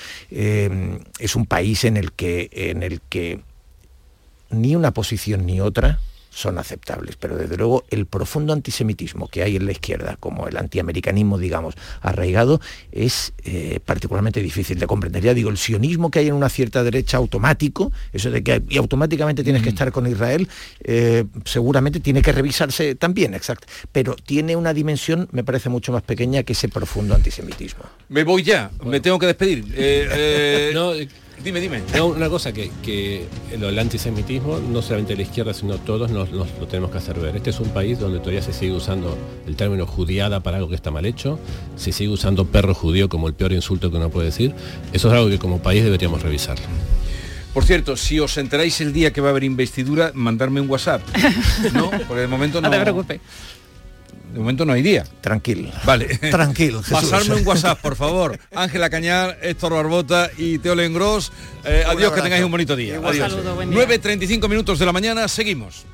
es un país en el que ni una posición ni otra son aceptables, pero desde luego el profundo antisemitismo que hay en la izquierda, como el antiamericanismo, digamos, arraigado, es particularmente difícil de comprender. Ya digo, el sionismo que hay en una cierta derecha automático, eso de que y automáticamente tienes que estar con Israel, seguramente tiene que revisarse también, exacto, pero tiene una dimensión, me parece, mucho más pequeña que ese profundo antisemitismo. Me voy ya, me tengo que despedir. Dime. No, una cosa que el antisemitismo, no solamente la izquierda, sino todos nos lo tenemos que hacer ver. Este es un país donde todavía se sigue usando el término judiada para algo que está mal hecho, se sigue usando perro judío como el peor insulto que uno puede decir. Eso es algo que como país deberíamos revisar. Por cierto, si os enteráis el día que va a haber investidura, mandarme un WhatsApp, ¿no? Porque de momento no te preocupes. De momento no hay día. Tranquilo. Vale. Tranquilo, Jesús. Pasarme un WhatsApp, por favor. Ángela Cañal, Héctor Barbota y Teo León-Gros. Adiós, que tengáis un bonito día. Adiós. Saludo, 9:35 minutos de la mañana, seguimos.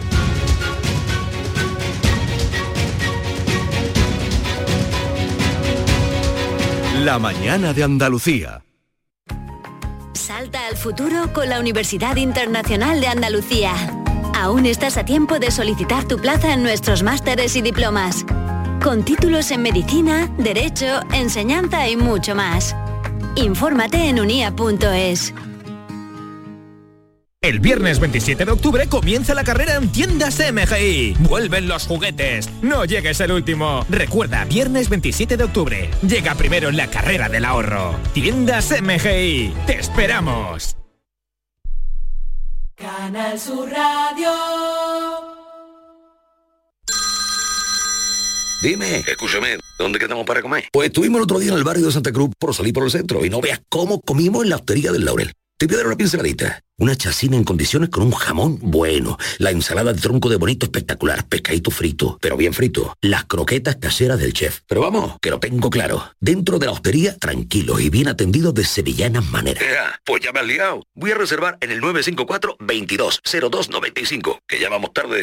La mañana de Andalucía. Salta al futuro con la Universidad Internacional de Andalucía. Aún estás a tiempo de solicitar tu plaza en nuestros másteres y diplomas, con títulos en medicina, derecho, enseñanza y mucho más. Infórmate en unia.es. El viernes 27 de octubre comienza la carrera en Tiendas MGI. Vuelven los juguetes. No llegues el último. Recuerda, viernes 27 de octubre. Llega primero en la carrera del ahorro. Tiendas MGI. ¡Te esperamos! Canal Sur Radio. Dime, escúchame, ¿dónde quedamos para comer? Pues estuvimos el otro día en el barrio de Santa Cruz por salir por el centro y no veas cómo comimos en la hostería del Laurel. Te voy a dar una pinceladita. Una chacina en condiciones con un jamón bueno. La ensalada de tronco de bonito espectacular. Pescadito frito, pero bien frito. Las croquetas caseras del chef. Pero vamos, que lo tengo claro. Dentro de la hostería, tranquilos y bien atendidos de sevillanas maneras. Pues ya me has liado. Voy a reservar en el 954-220295, que ya vamos tarde.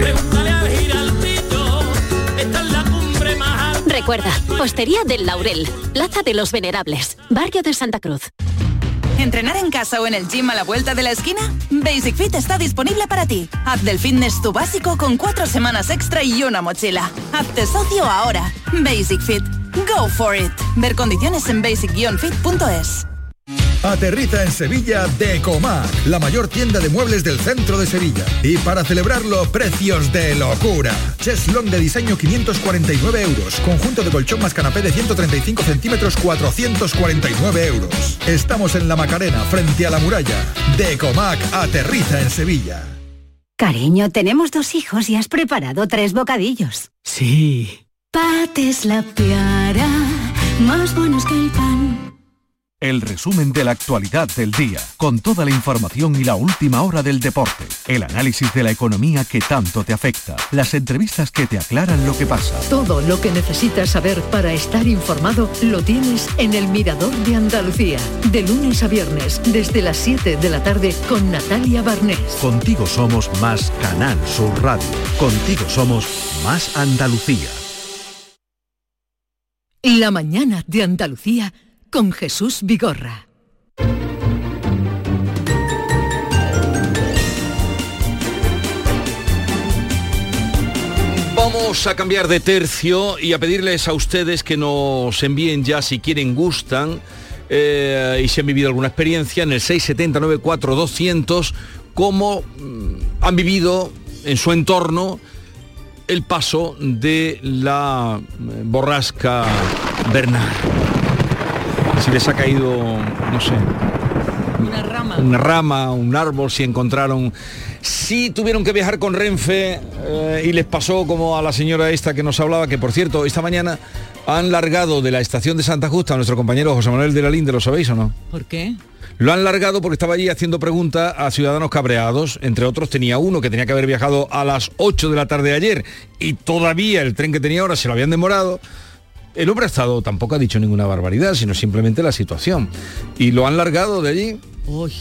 Recuerda, Hostería del Laurel, Plaza de los Venerables, Barrio de Santa Cruz. ¿Entrenar en casa o en el gym a la vuelta de la esquina? Basic Fit está disponible para ti. Haz del fitness tu básico con 4 semanas extra y una mochila. Hazte socio ahora. Basic Fit. Go for it. Ver condiciones en basic-fit.es. Aterriza en Sevilla Decomac, la mayor tienda de muebles del centro de Sevilla. Y para celebrarlo, precios de locura. Cheslong de diseño 549 euros. Conjunto de colchón más canapé de 135 centímetros 449 euros. Estamos en La Macarena, frente a la muralla. Decomac aterriza en Sevilla. Cariño, tenemos 2 hijos y has preparado 3 bocadillos. Sí. Pates la piara, más buenos que el pan. El resumen de la actualidad del día, con toda la información y la última hora del deporte, el análisis de la economía que tanto te afecta, las entrevistas que te aclaran lo que pasa. Todo lo que necesitas saber para estar informado lo tienes en El Mirador de Andalucía, de lunes a viernes, desde las 7 de la tarde con Natalia Barnés. Contigo somos más Canal Sur Radio, contigo somos más Andalucía. La mañana de Andalucía con Jesús Vigorra. Vamos a cambiar de tercio y a pedirles a ustedes que nos envíen ya, si quieren, gustan, y si han vivido alguna experiencia, en el 679-4200, cómo han vivido en su entorno el paso de la borrasca Bernard. Si les ha caído, no sé, una rama, un árbol, si encontraron, si tuvieron que viajar con Renfe y les pasó como a la señora esta que nos hablaba, que por cierto, esta mañana han largado de la estación de Santa Justa a nuestro compañero José Manuel de la Linde, ¿lo sabéis o no? ¿Por qué? Lo han largado porque estaba allí haciendo preguntas a ciudadanos cabreados. Entre otros tenía uno que tenía que haber viajado a las 8 de la tarde de ayer y todavía el tren que tenía ahora se lo habían demorado. El hombre ha estado, tampoco ha dicho ninguna barbaridad, sino simplemente la situación. Y lo han largado de allí. Uy,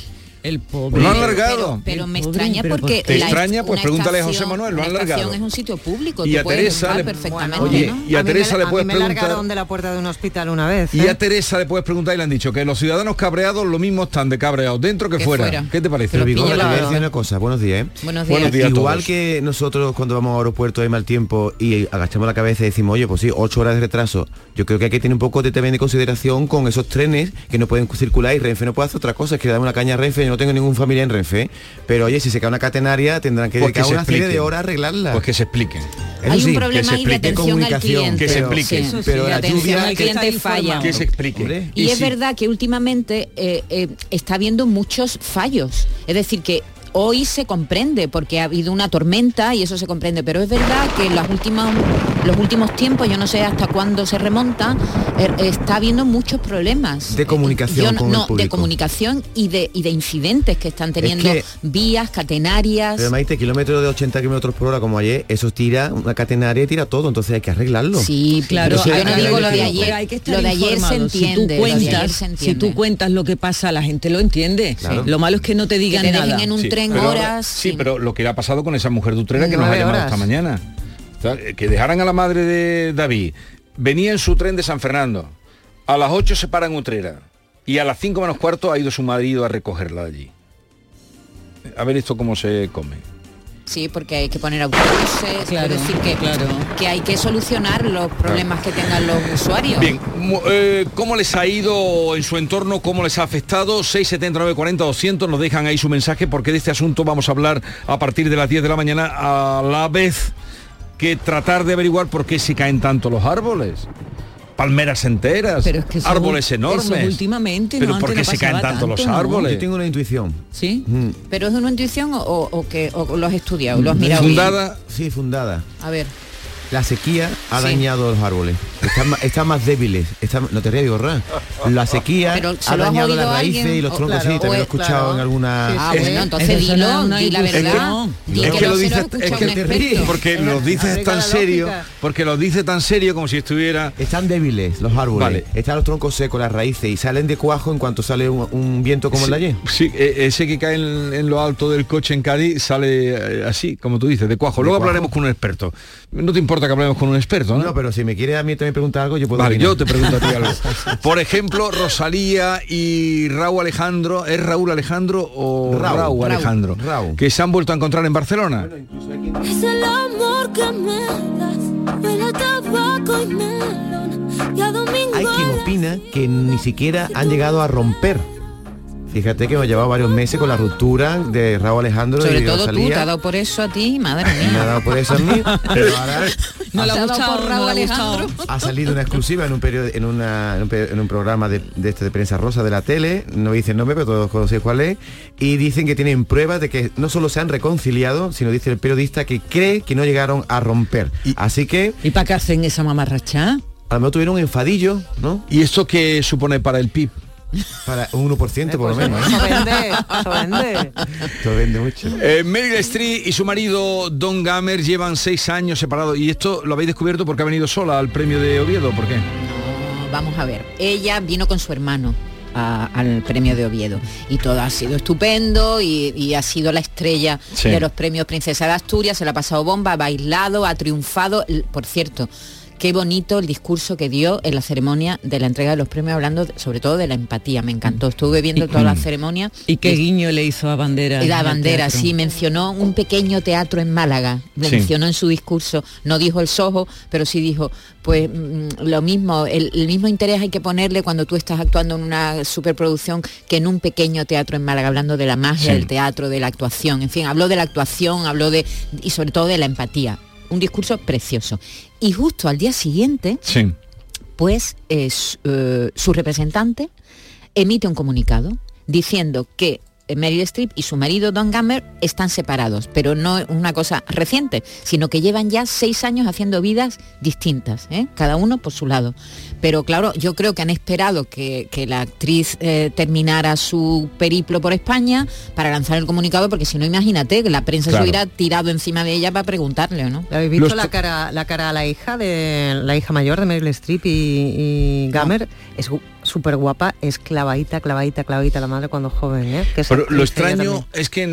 El pobre. Pues lo han alargado. Pero me extraña porque... ¿Te extraña? Pues pregúntale a José Manuel, lo han alargado. Es un sitio público, y tú a puedes Teresa entrar le, perfectamente, oye, ¿no? y a Teresa le puedes me preguntar... largaron de la puerta de un hospital una vez. Y a Teresa le puedes preguntar y le han dicho que los ciudadanos cabreados lo mismo están de cabreados dentro que fuera. ¿Qué te parece? Pero Vigorra, te voy a decir una cosa. Buenos días. Buenos días. Igual que nosotros cuando vamos a aeropuerto hay mal tiempo y agachamos la cabeza y decimos, oye, pues sí, 8 horas de retraso. Yo creo que hay que tener un poco también de consideración con esos trenes que no pueden circular y Renfe no puede hacer otra cosa, es que le damos una caña a Renfe. Yo no tengo ningún familiar en Renfe, pero oye, si se cae una catenaria tendrán que dedicar una serie de horas a arreglarla. Pues que se expliquen. Hay un problema ahí de atención al cliente. Que se expliquen. Pero la atención al cliente falla. Que se explique. Y es verdad que últimamente está habiendo muchos fallos. Es decir, que hoy se comprende porque ha habido una tormenta y eso se comprende, pero es verdad que en los últimos tiempos, yo no sé hasta cuándo se remonta, está habiendo muchos problemas de comunicación con el público. De comunicación y de incidentes que están teniendo, vías catenarias. Pero Maite, kilómetros de 80 kilómetros por hora como ayer, eso tira una catenaria y tira todo, entonces hay que arreglarlo. Sí, claro. Yo no digo lo de ayer, hay que estar lo de ayer se entiende. Si tú cuentas lo que pasa, la gente lo entiende. Claro. Lo malo es que no te digan que te nada. Dejen en un tren horas. Sí, pero lo que le ha pasado con esa mujer de Utrera que nos ha llamado esta mañana. O sea, que dejaran a la madre de David, venía en su tren de San Fernando, a las 8 se para en Utrera y a las 5 menos cuarto ha ido su marido a recogerla de allí. A ver esto cómo se come. Sí, porque hay que poner autobuses, claro, es decir que hay que solucionar los problemas que tengan los usuarios. Bien, ¿cómo les ha ido en su entorno? ¿Cómo les ha afectado? 679 40 200 nos dejan ahí su mensaje porque de este asunto vamos a hablar a partir de las 10 de la mañana, a la vez que tratar de averiguar por qué se caen tanto los árboles. Palmeras enteras, pero es que árboles enormes. Eso últimamente, pero ¿por qué se caen tanto los árboles? Yo tengo una intuición. ¿Sí? ¿Pero es una intuición o lo has estudiado, lo has mirado fundada bien? Sí, fundada. A ver. La sequía ha dañado los árboles. Están más débiles. No te rías, Vigorra. La sequía ha dañado las raíces y los troncos. Sí, también lo he escuchado en alguna... bueno, entonces di la verdad. Es que lo dices, es que te ríes, porque lo dices tan serio, como si estuviera... Están débiles los árboles. Vale. Están los troncos secos, las raíces, y salen de cuajo en cuanto sale un viento como el de ayer. Sí, ese que cae en lo alto del coche en Cádiz sale así, como tú dices, de cuajo. Luego hablaremos con un experto. No te importa que hablemos con un experto, ¿no? No, pero si me quieres a mí también preguntar algo, yo puedo... Vale, yo te pregunto a ti algo. Por ejemplo, Rosalía y Raúl Alejandro, ¿es Raúl Alejandro o Raúl Alejandro? Raúl. Que se han vuelto a encontrar en Barcelona. Es el amor que me das, huele a tabaco y melón, y a domingo. Hay quien opina que ni siquiera han llegado a romper. Fíjate que hemos llevado varios meses con la ruptura de Raúl Alejandro. Sobre y todo Rosalía. tú, te ha dado por eso a ti, madre mía. Me ha dado por eso a mí. Pero ahora no le ha gustado por Raúl Alejandro. Ha salido una exclusiva en un programa de prensa rosa de la tele. No dicen nombre, pero todos conocéis cuál es. Y dicen que tienen pruebas de que no solo se han reconciliado, sino dice el periodista que cree que no llegaron a romper. Así que... ¿Y para qué hacen esa mamarracha? A lo mejor tuvieron un enfadillo, ¿no? ¿Y esto qué supone para el PIB? Para un 1% por lo menos. Eso vende mucho. Meryl Streep y su marido Don Gamer llevan 6 años separados. Y esto lo habéis descubierto porque ha venido sola al premio de Oviedo. ¿Por qué? No, vamos a ver. Ella vino con su hermano al premio de Oviedo y todo ha sido estupendo y ha sido la estrella de los premios Princesa de Asturias. Se la ha pasado bomba, ha bailado, ha triunfado. Por cierto, qué bonito el discurso que dio en la ceremonia de la entrega de los premios, hablando sobre todo de la empatía. Me encantó. Estuve viendo toda la ceremonia. ¿Y qué guiño le hizo a Bandera? Y la Bandera, sí, mencionó un pequeño teatro en Málaga. Mencionó en su discurso, no dijo el Soho, pero sí dijo, pues lo mismo, el mismo interés hay que ponerle cuando tú estás actuando en una superproducción que en un pequeño teatro en Málaga, hablando de la magia del teatro, de la actuación. En fin, habló de la actuación, y sobre todo de la empatía. Un discurso precioso. Y justo al día siguiente, pues su representante emite un comunicado diciendo que Meryl Streep y su marido Don Gamer están separados, pero no una cosa reciente, sino que llevan ya 6 años haciendo vidas distintas, cada uno por su lado. Pero claro, yo creo que han esperado que la actriz terminara su periplo por España para lanzar el comunicado, porque si no, imagínate que la prensa se hubiera tirado encima de ella para preguntarle, ¿no? ¿Habéis visto la cara a la hija mayor de Meryl Streep y Gamer? Es súper guapa, es clavadita la madre cuando joven, ¿eh? Pero lo extraño es que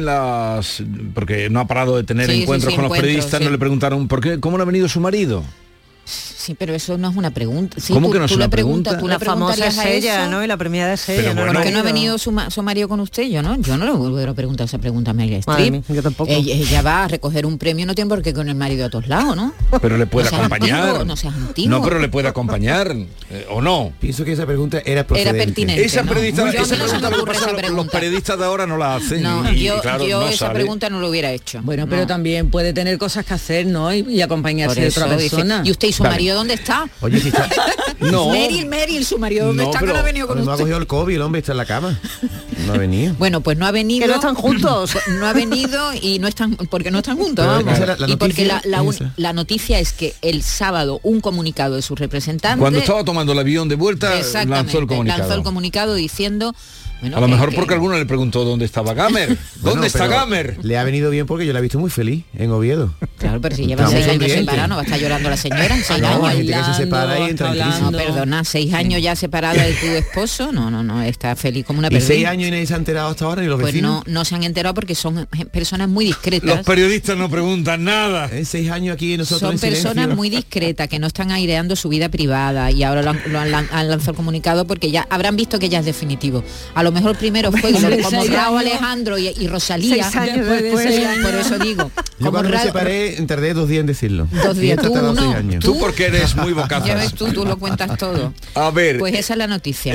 porque no ha parado de tener encuentros con los periodistas, no le preguntaron ¿por qué? ¿Cómo no ha venido su marido? Sí, pero eso no es una pregunta. Sí, ¿Cómo que no es una pregunta? La famosa es ella, ¿no? Y la premiada es ella. Bueno, ¿por qué no ha venido su marido con usted? Yo no le voy a preguntar esa pregunta a Meryl Streep. Yo tampoco. Ella va a recoger un premio, no tiene por qué con el marido a todos lados, ¿no? Pero le puede acompañar. No seas antiguo. No, pero le puede acompañar, ¿o no? Pienso que esa pregunta era procedente. Era pertinente, esa pregunta pregunta los periodistas de ahora no la hacen. No, yo esa pregunta no lo hubiera hecho. Bueno, pero también puede tener cosas que hacer, ¿no? Y acompañarse de otra persona. ¿Y usted y su marido dónde está? Oye, si está... No. Meryl, su marido, ¿dónde está? Que no ha venido con usted. No ha cogido el COVID, el hombre está en la cama. No ha venido. Bueno, pues no ha venido. Que no están juntos. No ha venido y no están, porque no están juntos, vamos. Y porque la noticia es que el sábado un comunicado de sus representantes... Cuando estaba tomando el avión de vuelta, lanzó el comunicado diciendo... Bueno, a lo mejor porque alguno le preguntó dónde estaba Gamer. ¿Dónde está Gamer? Le ha venido bien porque yo la he visto muy feliz en Oviedo. Claro, pero si lleva 6 años separada, no va a estar llorando la señora. 6 años. Hay gente que se separa y entra en crisis. No, perdona, 6 años ya separada de tu esposo. No, está feliz como una persona. ¿Y 6 años y nadie se ha enterado hasta ahora? ¿Y los vecinos? Pues no se han enterado porque son personas muy discretas. Los periodistas no preguntan nada. 6 años aquí nosotros son personas muy discretas que no están aireando su vida privada y ahora han lanzado el comunicado porque ya habrán visto que ya es definitivo. A lo mejor primero fue como Raúl Alejandro y Rosalía. 6 años después. Por eso digo. Yo cuando me separé tardé 2 días en decirlo. 2 días. Tú porque eres muy bocazas. Ya ves tú lo cuentas todo. A ver. Pues esa es la noticia.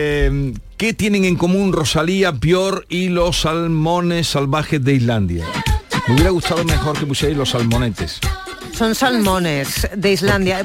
¿Qué tienen en común Rosalía, Björk y los salmones salvajes de Islandia? Me hubiera gustado mejor que pusierais los salmonetes. Son salmones de Islandia.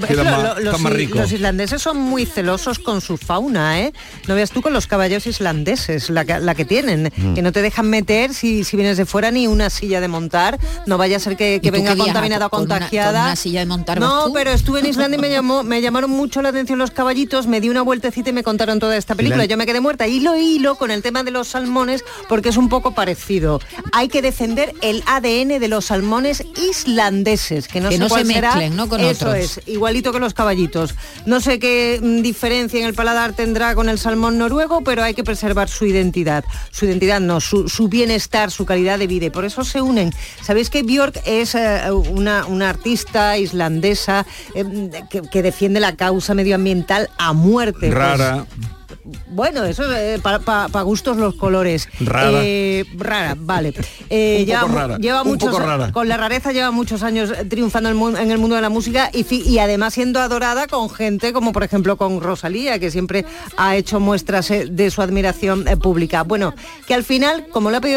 Los islandeses son muy celosos con su fauna, ¿eh? No veas tú con los caballos islandeses, la que tienen, que no te dejan meter si vienes de fuera ni una silla de montar, no vaya a ser que venga contaminada o contagiada. ¿Con una silla de montar? No, pero estuve en Islandia y me llamaron mucho la atención los caballitos, me di una vueltecita y me contaron toda esta película. Yo me quedé muerta, hilo con el tema de los salmones porque es un poco parecido. Hay que defender el ADN de los salmones islandeses, que no se mezclen, ¿no? Con eso otros. Es, igualito que los caballitos. No sé qué diferencia en el paladar tendrá con el salmón noruego, pero hay que preservar su identidad. Su identidad no, su bienestar, su calidad de vida. Y por eso se unen. ¿Sabéis que Björk es una artista islandesa que defiende la causa medioambiental a muerte? Rara. Bueno, eso es para gustos los colores. Rara, vale. Lleva muchos, con la rareza lleva muchos años triunfando en el mundo de la música y además siendo adorada con gente como por ejemplo con Rosalía, que siempre ha hecho muestras de su admiración pública. Bueno, que al final, como le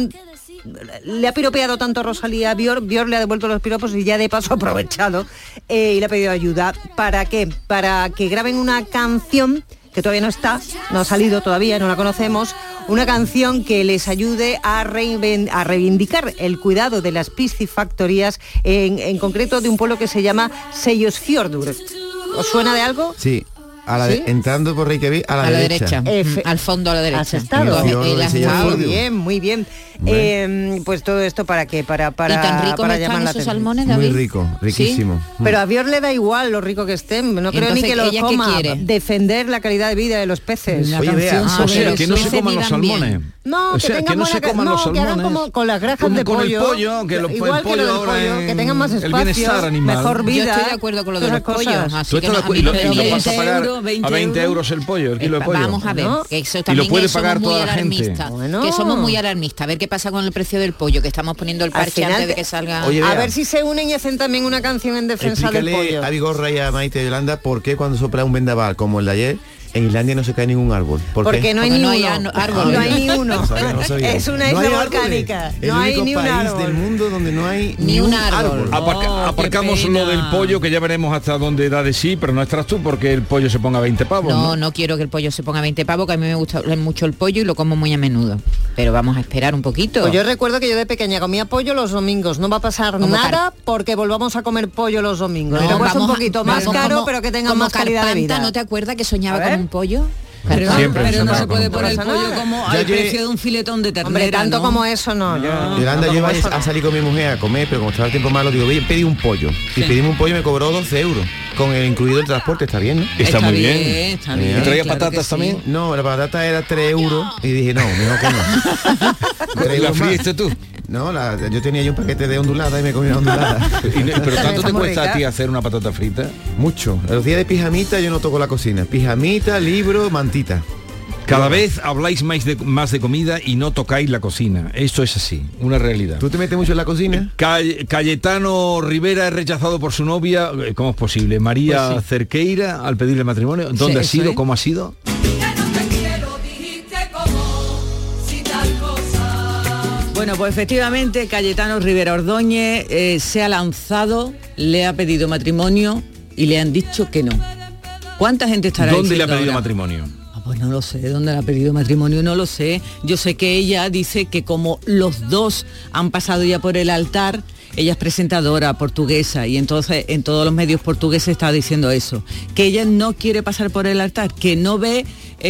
ha piropeado tanto a Rosalía, Björk le ha devuelto los piropos y ya de paso ha aprovechado y le ha pedido ayuda. ¿Para qué? Para que graben una canción que todavía no ha salido todavía, no la conocemos, una canción que les ayude a reivindicar el cuidado de las piscifactorías, en concreto de un pueblo que se llama Seyðisfjörður. ¿Os suena de algo? Sí. Entrando por Reykjavik a la derecha. Al fondo a la derecha. ¿Has estado? Muy bien. Pues todo esto para qué, para ¿Y tan ricos para están llamar la esos atención. salmones, David? Muy rico, riquísimo. ¿Sí? Pero a Björk le da igual lo rico que estén. No creo ni que lo coma. Defender la calidad de vida de los peces. Oye, o sea, que no se coman los salmones. No, o sea, que no se coman los salmones. Que hagan como con las grasas de pollo. Con el pollo, que el pollo ahora que tengan más espacio, mejor vida. Yo estoy de acuerdo con lo de los pollos. Así que y lo vas a pagar a 20 euros el pollo, el kilo de pollo. Vamos a ver, que eso también somos muy alarmistas. Que somos muy alarmistas. A ver qué pasa con el precio del pollo, que estamos poniendo el parche antes de que salga. A ver si se unen y hacen también una canción en defensa del pollo. A Vigorra y a Maite y Yolanda, ¿por qué cuando sopla un vendaval como el de ayer, en Islandia no se cae ningún árbol? Porque no hay ni uno. No hay ni uno. Es una isla volcánica. No hay ni un árbol. Del mundo donde no hay ni un árbol. Aparcamos lo del pollo, que ya veremos hasta dónde da de sí, pero no estarás tú porque el pollo se ponga 20 pavos. No quiero que el pollo se ponga 20 pavos, que a mí me gusta mucho el pollo y lo como muy a menudo. Pero vamos a esperar un poquito. Pues yo recuerdo que yo de pequeña comía pollo los domingos. No va a pasar nada porque volvamos a comer pollo los domingos. Pero cuesta un poquito más caro, pero que tenga más calidad de vida. ¿No te acuerdas que soñaba con un pollo? Pero no se puede poner el pollo como al precio de un filetón de ternera. Hombre, tanto como eso no. Yolanda, yo iba a salir con mi mujer a comer, pero como estaba el tiempo malo, digo, pedí un pollo. Y pedimos un pollo, me cobró 12 euros. Con el incluido el transporte, está bien, ¿no? Está muy bien. Está bien. ¿Y traía patatas también? No, la patata era 3 euros. Y dije, no, mejor que no. ¿La fríiste tú? No, yo tenía yo un paquete de ondulada y me comí una ondulada. ¿Pero tanto te cuesta a ti hacer una patata frita? Mucho. Los días de pijamita yo no toco la cocina. Pijamita, libro, mantita. Cada vez habláis más de comida y no tocáis la cocina. Esto es así, una realidad. ¿Tú te metes mucho en la cocina? Cayetano Rivera es rechazado por su novia. ¿Cómo es posible? María Pues sí. Cerqueira, al pedirle matrimonio. ¿Dónde ha sido? ¿Cómo ha sido? Bueno, pues efectivamente Cayetano Rivera Ordóñez se ha lanzado, le ha pedido matrimonio y le han dicho que no. ¿Cuánta gente estará ¿Dónde le ha diciendo pedido ahora? matrimonio? Pues no lo sé, ¿dónde le ha pedido matrimonio? No lo sé. Yo sé que ella dice que como los dos han pasado ya por el altar, ella es presentadora portuguesa y entonces en todos los medios portugueses está diciendo eso, que ella no quiere pasar por el altar, que no ve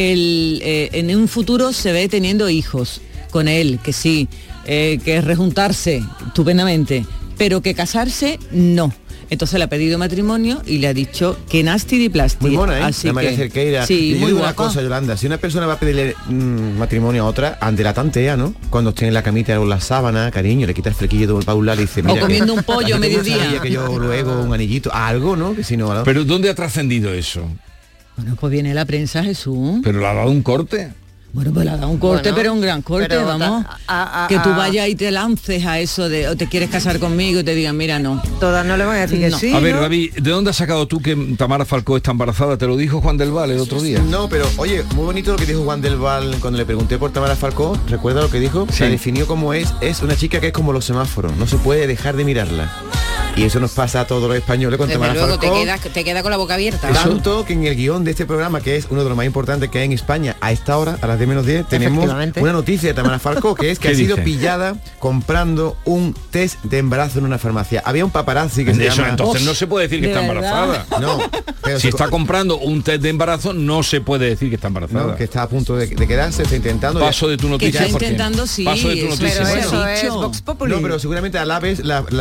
en un futuro se ve teniendo hijos con él, que sí, que es rejuntarse estupendamente, pero que casarse no. Entonces le ha pedido matrimonio y le ha dicho que nasty di plasti. Muy mona, ¿eh? Así la María que, Cerqueira. Sí, yo muy digo guapa. una cosa, Yolanda, si una persona va a pedirle matrimonio a otra, ante la tantea, ¿no? Cuando esté en la camita con la sábana, cariño, le quita el flequillo de Paula y le dice, mira, o comiendo un pollo a mediodía. Sabía que yo luego un anillito, algo, ¿no? Que si no, Pero ¿dónde ha trascendido eso? Bueno, pues viene la prensa, Jesús. ¿Pero le ha dado un corte? Bueno, pues le ha dado un corte, pero un gran corte, vamos. Que tú vayas y te lances a eso de o te quieres casar conmigo y te digan, mira, no. Todas no le van a decir que sí. A ver, ¿no? David, ¿de dónde has sacado tú que Tamara Falcó está embarazada? ¿Te lo dijo Juan del Val el otro día? No, pero oye, muy bonito lo que dijo Juan del Val cuando le pregunté por Tamara Falcó. ¿Recuerda lo que dijo? Sí. La definió como es una chica que es como los semáforos, no se puede dejar de mirarla. Y eso nos pasa a todos los españoles con Desde Tamara luego Falcó. te queda con la boca abierta. Tanto que en el guión de este programa, que es uno de los más importantes que hay en España, a esta hora, a las 10 menos 10, tenemos una noticia de Tamara Falcó, que es que ha sido pillada comprando un test de embarazo en una farmacia. Había un paparazzi que se llama... Entonces no se puede decir que está embarazada. No. Pero si está comprando un test de embarazo, no se puede decir que está embarazada. No, que está a punto de quedarse, está intentando... Paso de tu noticia. Que está intentando, sí. Paso de tu noticia. Pero eso es Vox Populi. No, pero seguramente a la vez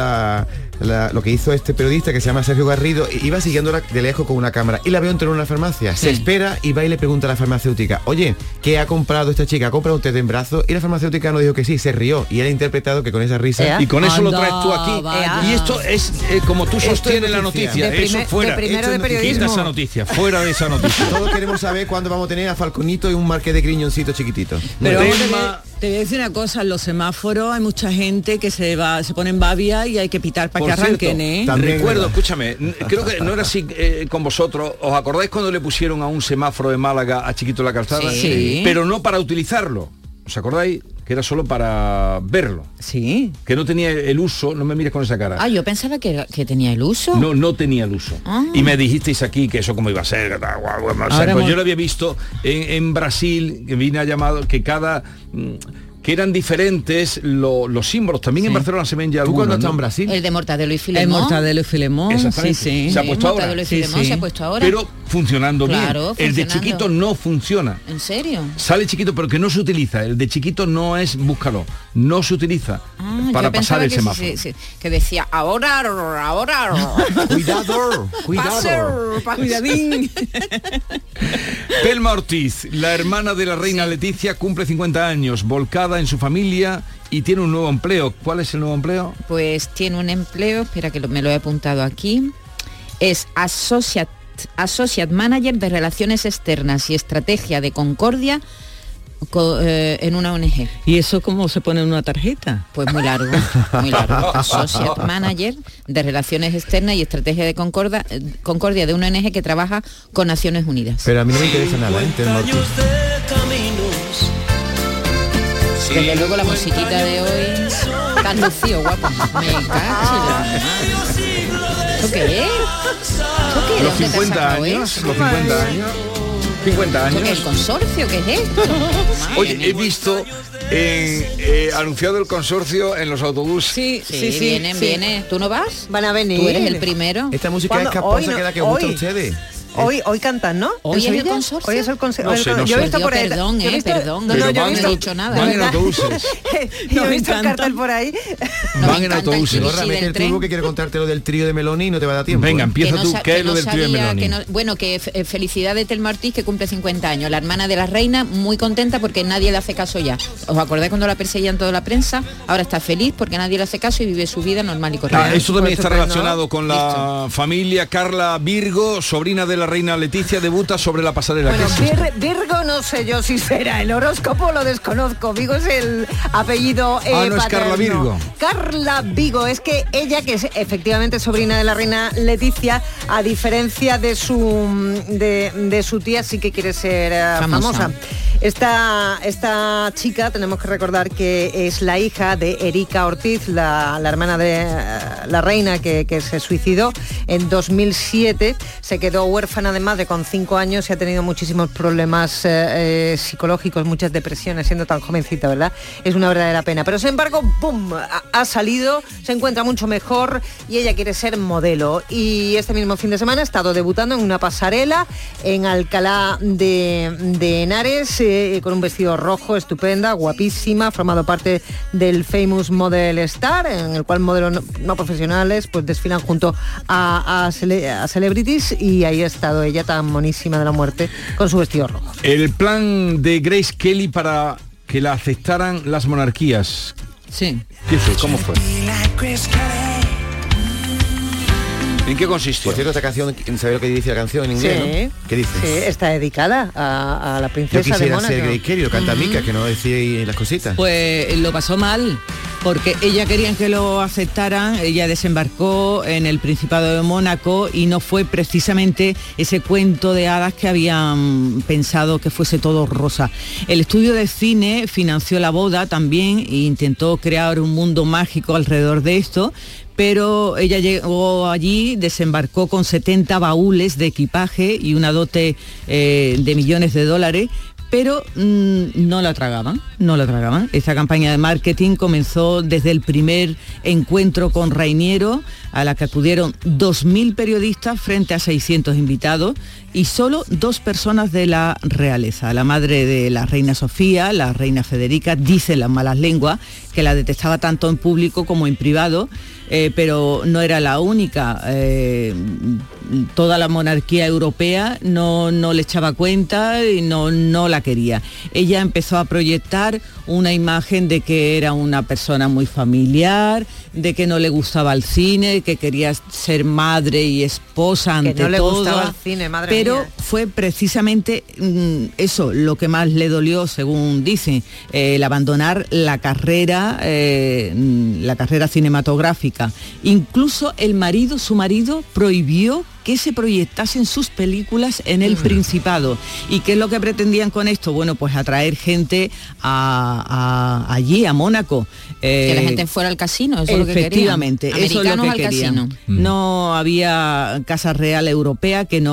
lo que hizo este periodista que se llama Sergio Garrido, iba siguiéndola de lejos con una cámara y la veo entrar en una farmacia, se espera y va y le pregunta a la farmacéutica, oye, ¿qué ha comprado esta chica? ¿Ha comprado un test de embarazo? Y la farmacéutica no dijo que sí, se rió y él ha interpretado que con esa risa... Y con eso lo traes tú aquí. Y esto es como tú sostienes la noticia. Eso fuera. Quita esa noticia, fuera de esa noticia. Todos queremos saber cuándo vamos a tener a Falconito y un Marqués de Griñoncito chiquitito. Pero te voy a decir una cosa, en los semáforos hay mucha gente que se pone en babia y hay que pitar para que arranquen, ¿eh? Recuerdo, escúchame, creo que no era así con vosotros. ¿Os acordáis cuando le pusieron a un semáforo de Málaga a Chiquito la Calzada? Sí. Pero no para utilizarlo. ¿Os acordáis? Que era solo para verlo. Sí. Que no tenía el uso, no me mires con esa cara. Ah, yo pensaba que tenía el uso. No tenía el uso. Y me dijisteis aquí que eso como iba a ser. Pues yo lo había visto en Brasil, que vine a llamado, que que eran diferentes los símbolos. También en Barcelona se ven ya algunos. ¿Tú cuando estás en Brasil? El de Mortadelo y Filemón. El Mortadelo y Filemón, sí. Se ha puesto ahora. Mortadelo y Filemón se ha puesto ahora. Pero funcionando Claro, bien. El de Chiquito no funciona. ¿En serio? Sale Chiquito, pero que no se utiliza. El de Chiquito no es, búscalo, no se utiliza para pasar el semáforo. Que decía, ahora. Cuidado. Cuidadín. Pelma Ortiz, la hermana de la reina Leticia, cumple 50 años, volcada en su familia y tiene un nuevo empleo. ¿Cuál es el nuevo empleo? Pues tiene un empleo, espera que me lo he apuntado aquí. Es Associate Manager de Relaciones Externas y Estrategia de Concordia en una ONG. ¿Y eso cómo se pone en una tarjeta? Pues muy largo, muy largo. Associate Manager de Relaciones Externas y Estrategia de Concordia de una ONG que trabaja con Naciones Unidas. Pero a mí no me interesa nada, ¿eh? Desde luego la musiquita de hoy tan lucido, guapo. Me cacho. ¿Esto qué es? Los 50 años, los 50 años. 50 años. ¿Qué es el consorcio? ¿Qué es esto? Oye, he visto anunciado el consorcio en los autobuses. Sí, vienen. ¿Tú no vas? Van a venir. Tú eres el primero. Esta música es caposa que es la que os gusta a ustedes. Hoy cantan, ¿no? Hoy es el consorcio. Hoy es el consorcio. No sé, no yo he sé. visto por ahí. Perdón, perdón. No, yo he dicho nada. Van en autobuses. Yo he visto el cartel por ahí. Van en autobuses. Mete el tubo que quiere contarte lo del trío de Meloni y no te va a dar tiempo. Venga, empieza tú. ¿Qué es lo del trío de Meloni? Bueno, que felicidades del Martí, que cumple 50 años. La hermana de la reina, muy contenta porque nadie le hace caso ya. ¿Os acordáis cuando la perseguían toda la prensa? Ahora está feliz porque nadie le hace caso y vive su vida normal y correcta. Eso también está relacionado con la familia. Carla Virgo, sobrina de la reina Leticia, debuta sobre la pasarela. Bueno, Virgo no sé yo si será, el horóscopo lo desconozco. Vigo es el apellido no es Carla Virgo. Carla Vigo, es que ella, que es efectivamente sobrina de la reina Leticia, a diferencia de su tía, sí que quiere ser famosa. Esta chica, tenemos que recordar que es la hija de Erika Ortiz, la hermana de la reina que se suicidó en 2007. Se quedó huérfana de madre con 5 años y ha tenido muchísimos problemas psicológicos, muchas depresiones, siendo tan jovencita, ¿verdad? Es una verdadera pena. Pero sin embargo, ¡pum!, ha salido, se encuentra mucho mejor y ella quiere ser modelo. Y este mismo fin de semana ha estado debutando en una pasarela en Alcalá de Henares, con un vestido rojo, estupenda, guapísima, ha formado parte del Famous Model Star, en el cual modelos no profesionales pues desfilan junto a celebrities, y ahí ha estado ella tan monísima de la muerte con su vestido rojo. El plan de Grace Kelly para que la aceptaran las monarquías. Sí. ¿Qué fue? ¿Cómo fue? ¿En qué consistió? Por cierto, esta canción, ¿sabes lo que dice la canción en inglés? Sí. ¿No? ¿Qué dice? Sí, está dedicada a la princesa de Mónaco. Yo quisiera ser Grace Kelly, lo canta Mica, que no decía las cositas. Pues lo pasó mal, porque ella quería que lo aceptaran. Ella desembarcó en el Principado de Mónaco y no fue precisamente ese cuento de hadas que habían pensado que fuese todo rosa. El estudio de cine financió la boda también e intentó crear un mundo mágico alrededor de esto, pero ella llegó allí, desembarcó con 70 baúles de equipaje y una dote de millones de dólares, pero no la tragaban. Esta campaña de marketing comenzó desde el primer encuentro con Rainiero, a la que acudieron 2.000 periodistas frente a 600 invitados y solo 2 personas de la realeza. La madre de la reina Sofía, la reina Federica, dicen las malas lenguas que la detestaba tanto en público como en privado, pero no era la única. Toda la monarquía europea no le echaba cuenta y no la quería. Ella empezó a proyectar una imagen de que era una persona muy familiar, de que no le gustaba el cine, que quería ser madre y esposa ante todo. Que no le gustaba el cine, madre mía. Pero fue precisamente eso lo que más le dolió, según dicen, el abandonar la carrera cinematográfica. Incluso su marido prohibió que se proyectasen sus películas en el Principado. ¿Y qué es lo que pretendían con esto? Bueno, pues atraer gente allí, a Mónaco. Que la gente fuera al casino, eso es lo que querían. Efectivamente, eso es lo que querían. Casino. No había Casa Real Europea que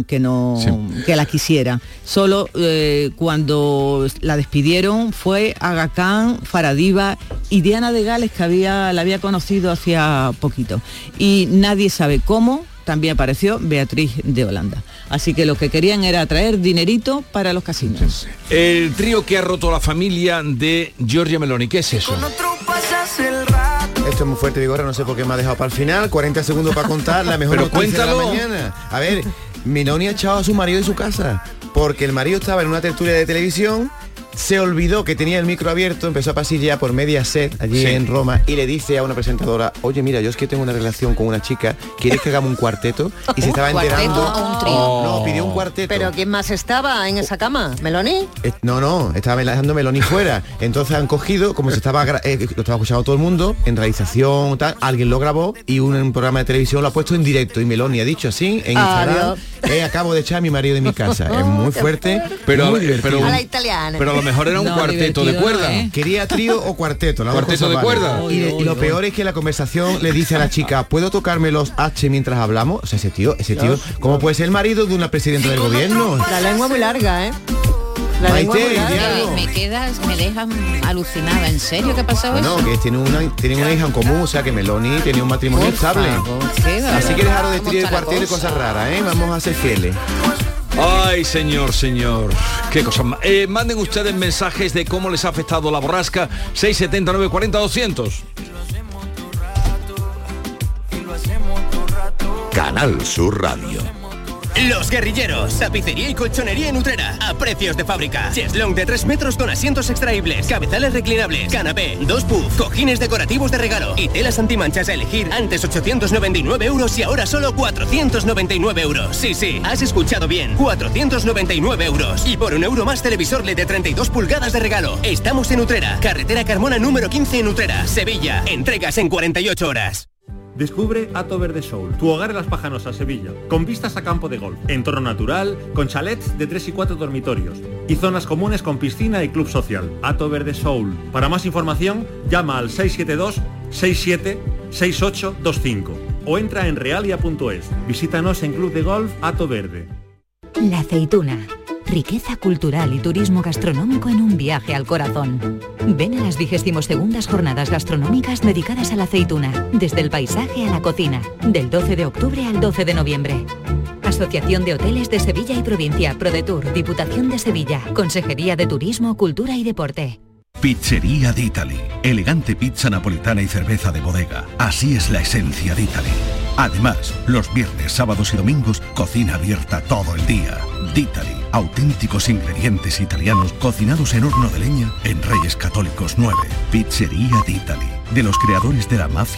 la quisiera. Solo cuando la despidieron fue Aga Khan, Faradiva y Diana de Gales, que la había conocido hacía poquito. Y nadie sabe cómo también apareció Beatriz de Holanda. Así que lo que querían era traer dinerito para los casinos. El trío que ha roto la familia de Giorgia Meloni, ¿qué es eso? Esto es muy fuerte, Vigorra, no sé por qué me ha dejado para el final. 40 segundos para contar la mejor noticia de la mañana. A ver, Meloni ha echado a su marido de su casa porque el marido estaba en una tertulia de televisión, se olvidó que tenía el micro abierto, empezó a pasillar por Mediaset allí en Roma y le dice a una presentadora: oye, mira, yo es que tengo una relación con una chica, ¿quieres que hagamos un cuarteto? Y se estaba enterando. ¿O un trío? No, pidió un cuarteto. ¿Pero quién más estaba en esa cama? ¿Meloni? No, estaba dejando Meloni fuera. Entonces han cogido, como se estaba lo estaba escuchando todo el mundo, en realización, tal, alguien lo grabó y un programa de televisión lo ha puesto en directo y Meloni ha dicho así en Instagram: acabo de echar a mi marido de mi casa. Es muy fuerte, pero a la italiana. Pero a lo mejor era un cuarteto de cuerda. Quería trío o cuarteto. Cuarteto de cuerda. Y lo peor es que la conversación le dice a la chica: ¿puedo tocarme los H mientras hablamos? O sea, ese tío, ¿cómo puede ser el marido de una presidenta del gobierno? La lengua muy larga, ¿eh? La lengua me dejan alucinada. ¿En serio qué ha pasado eso? No, que tienen una hija en común, o sea que Meloni tenía un matrimonio estable. Así que dejaron de trío de cuartel y cosas raras, ¿eh? Vamos a ser fieles. Ay, señor, qué cosa más. Manden ustedes mensajes de cómo les ha afectado la borrasca. 679 40 200. Canal Sur Radio. Los Guerrilleros, tapicería y colchonería en Utrera, a precios de fábrica. Cheslong de 3 metros con asientos extraíbles, cabezales reclinables, canapé, 2 puff, cojines decorativos de regalo y telas antimanchas a elegir. Antes 899 euros y ahora solo 499 euros. Sí, has escuchado bien, 499 euros. Y por €1 más televisor LED de 32 pulgadas de regalo. Estamos en Utrera, carretera Carmona número 15 en Utrera, Sevilla. Entregas en 48 horas. Descubre Hato Verde Soul, tu hogar en Las Pajanosas, Sevilla, con vistas a campo de golf, entorno natural, con chalets de 3 y 4 dormitorios y zonas comunes con piscina y club social. Hato Verde Soul. Para más información, llama al 672 67 6825 o entra en realia.es. Visítanos en Club de Golf Hato Verde. La Aceituna. Riqueza cultural y turismo gastronómico en un viaje al corazón. Ven a las 22ª Jornadas Gastronómicas dedicadas a la aceituna, desde el paisaje a la cocina, del 12 de octubre al 12 de noviembre. Asociación de Hoteles de Sevilla y Provincia, ProDetour, Diputación de Sevilla, Consejería de Turismo, Cultura y Deporte. Pizzería d'Italy. Elegante pizza napolitana y cerveza de bodega. Así es la esencia de Italy. Además, los viernes, sábados y domingos, cocina abierta todo el día. D'Italy. Auténticos ingredientes italianos cocinados en horno de leña en Reyes Católicos 9. Pizzería d'Italy. De los creadores de la mafia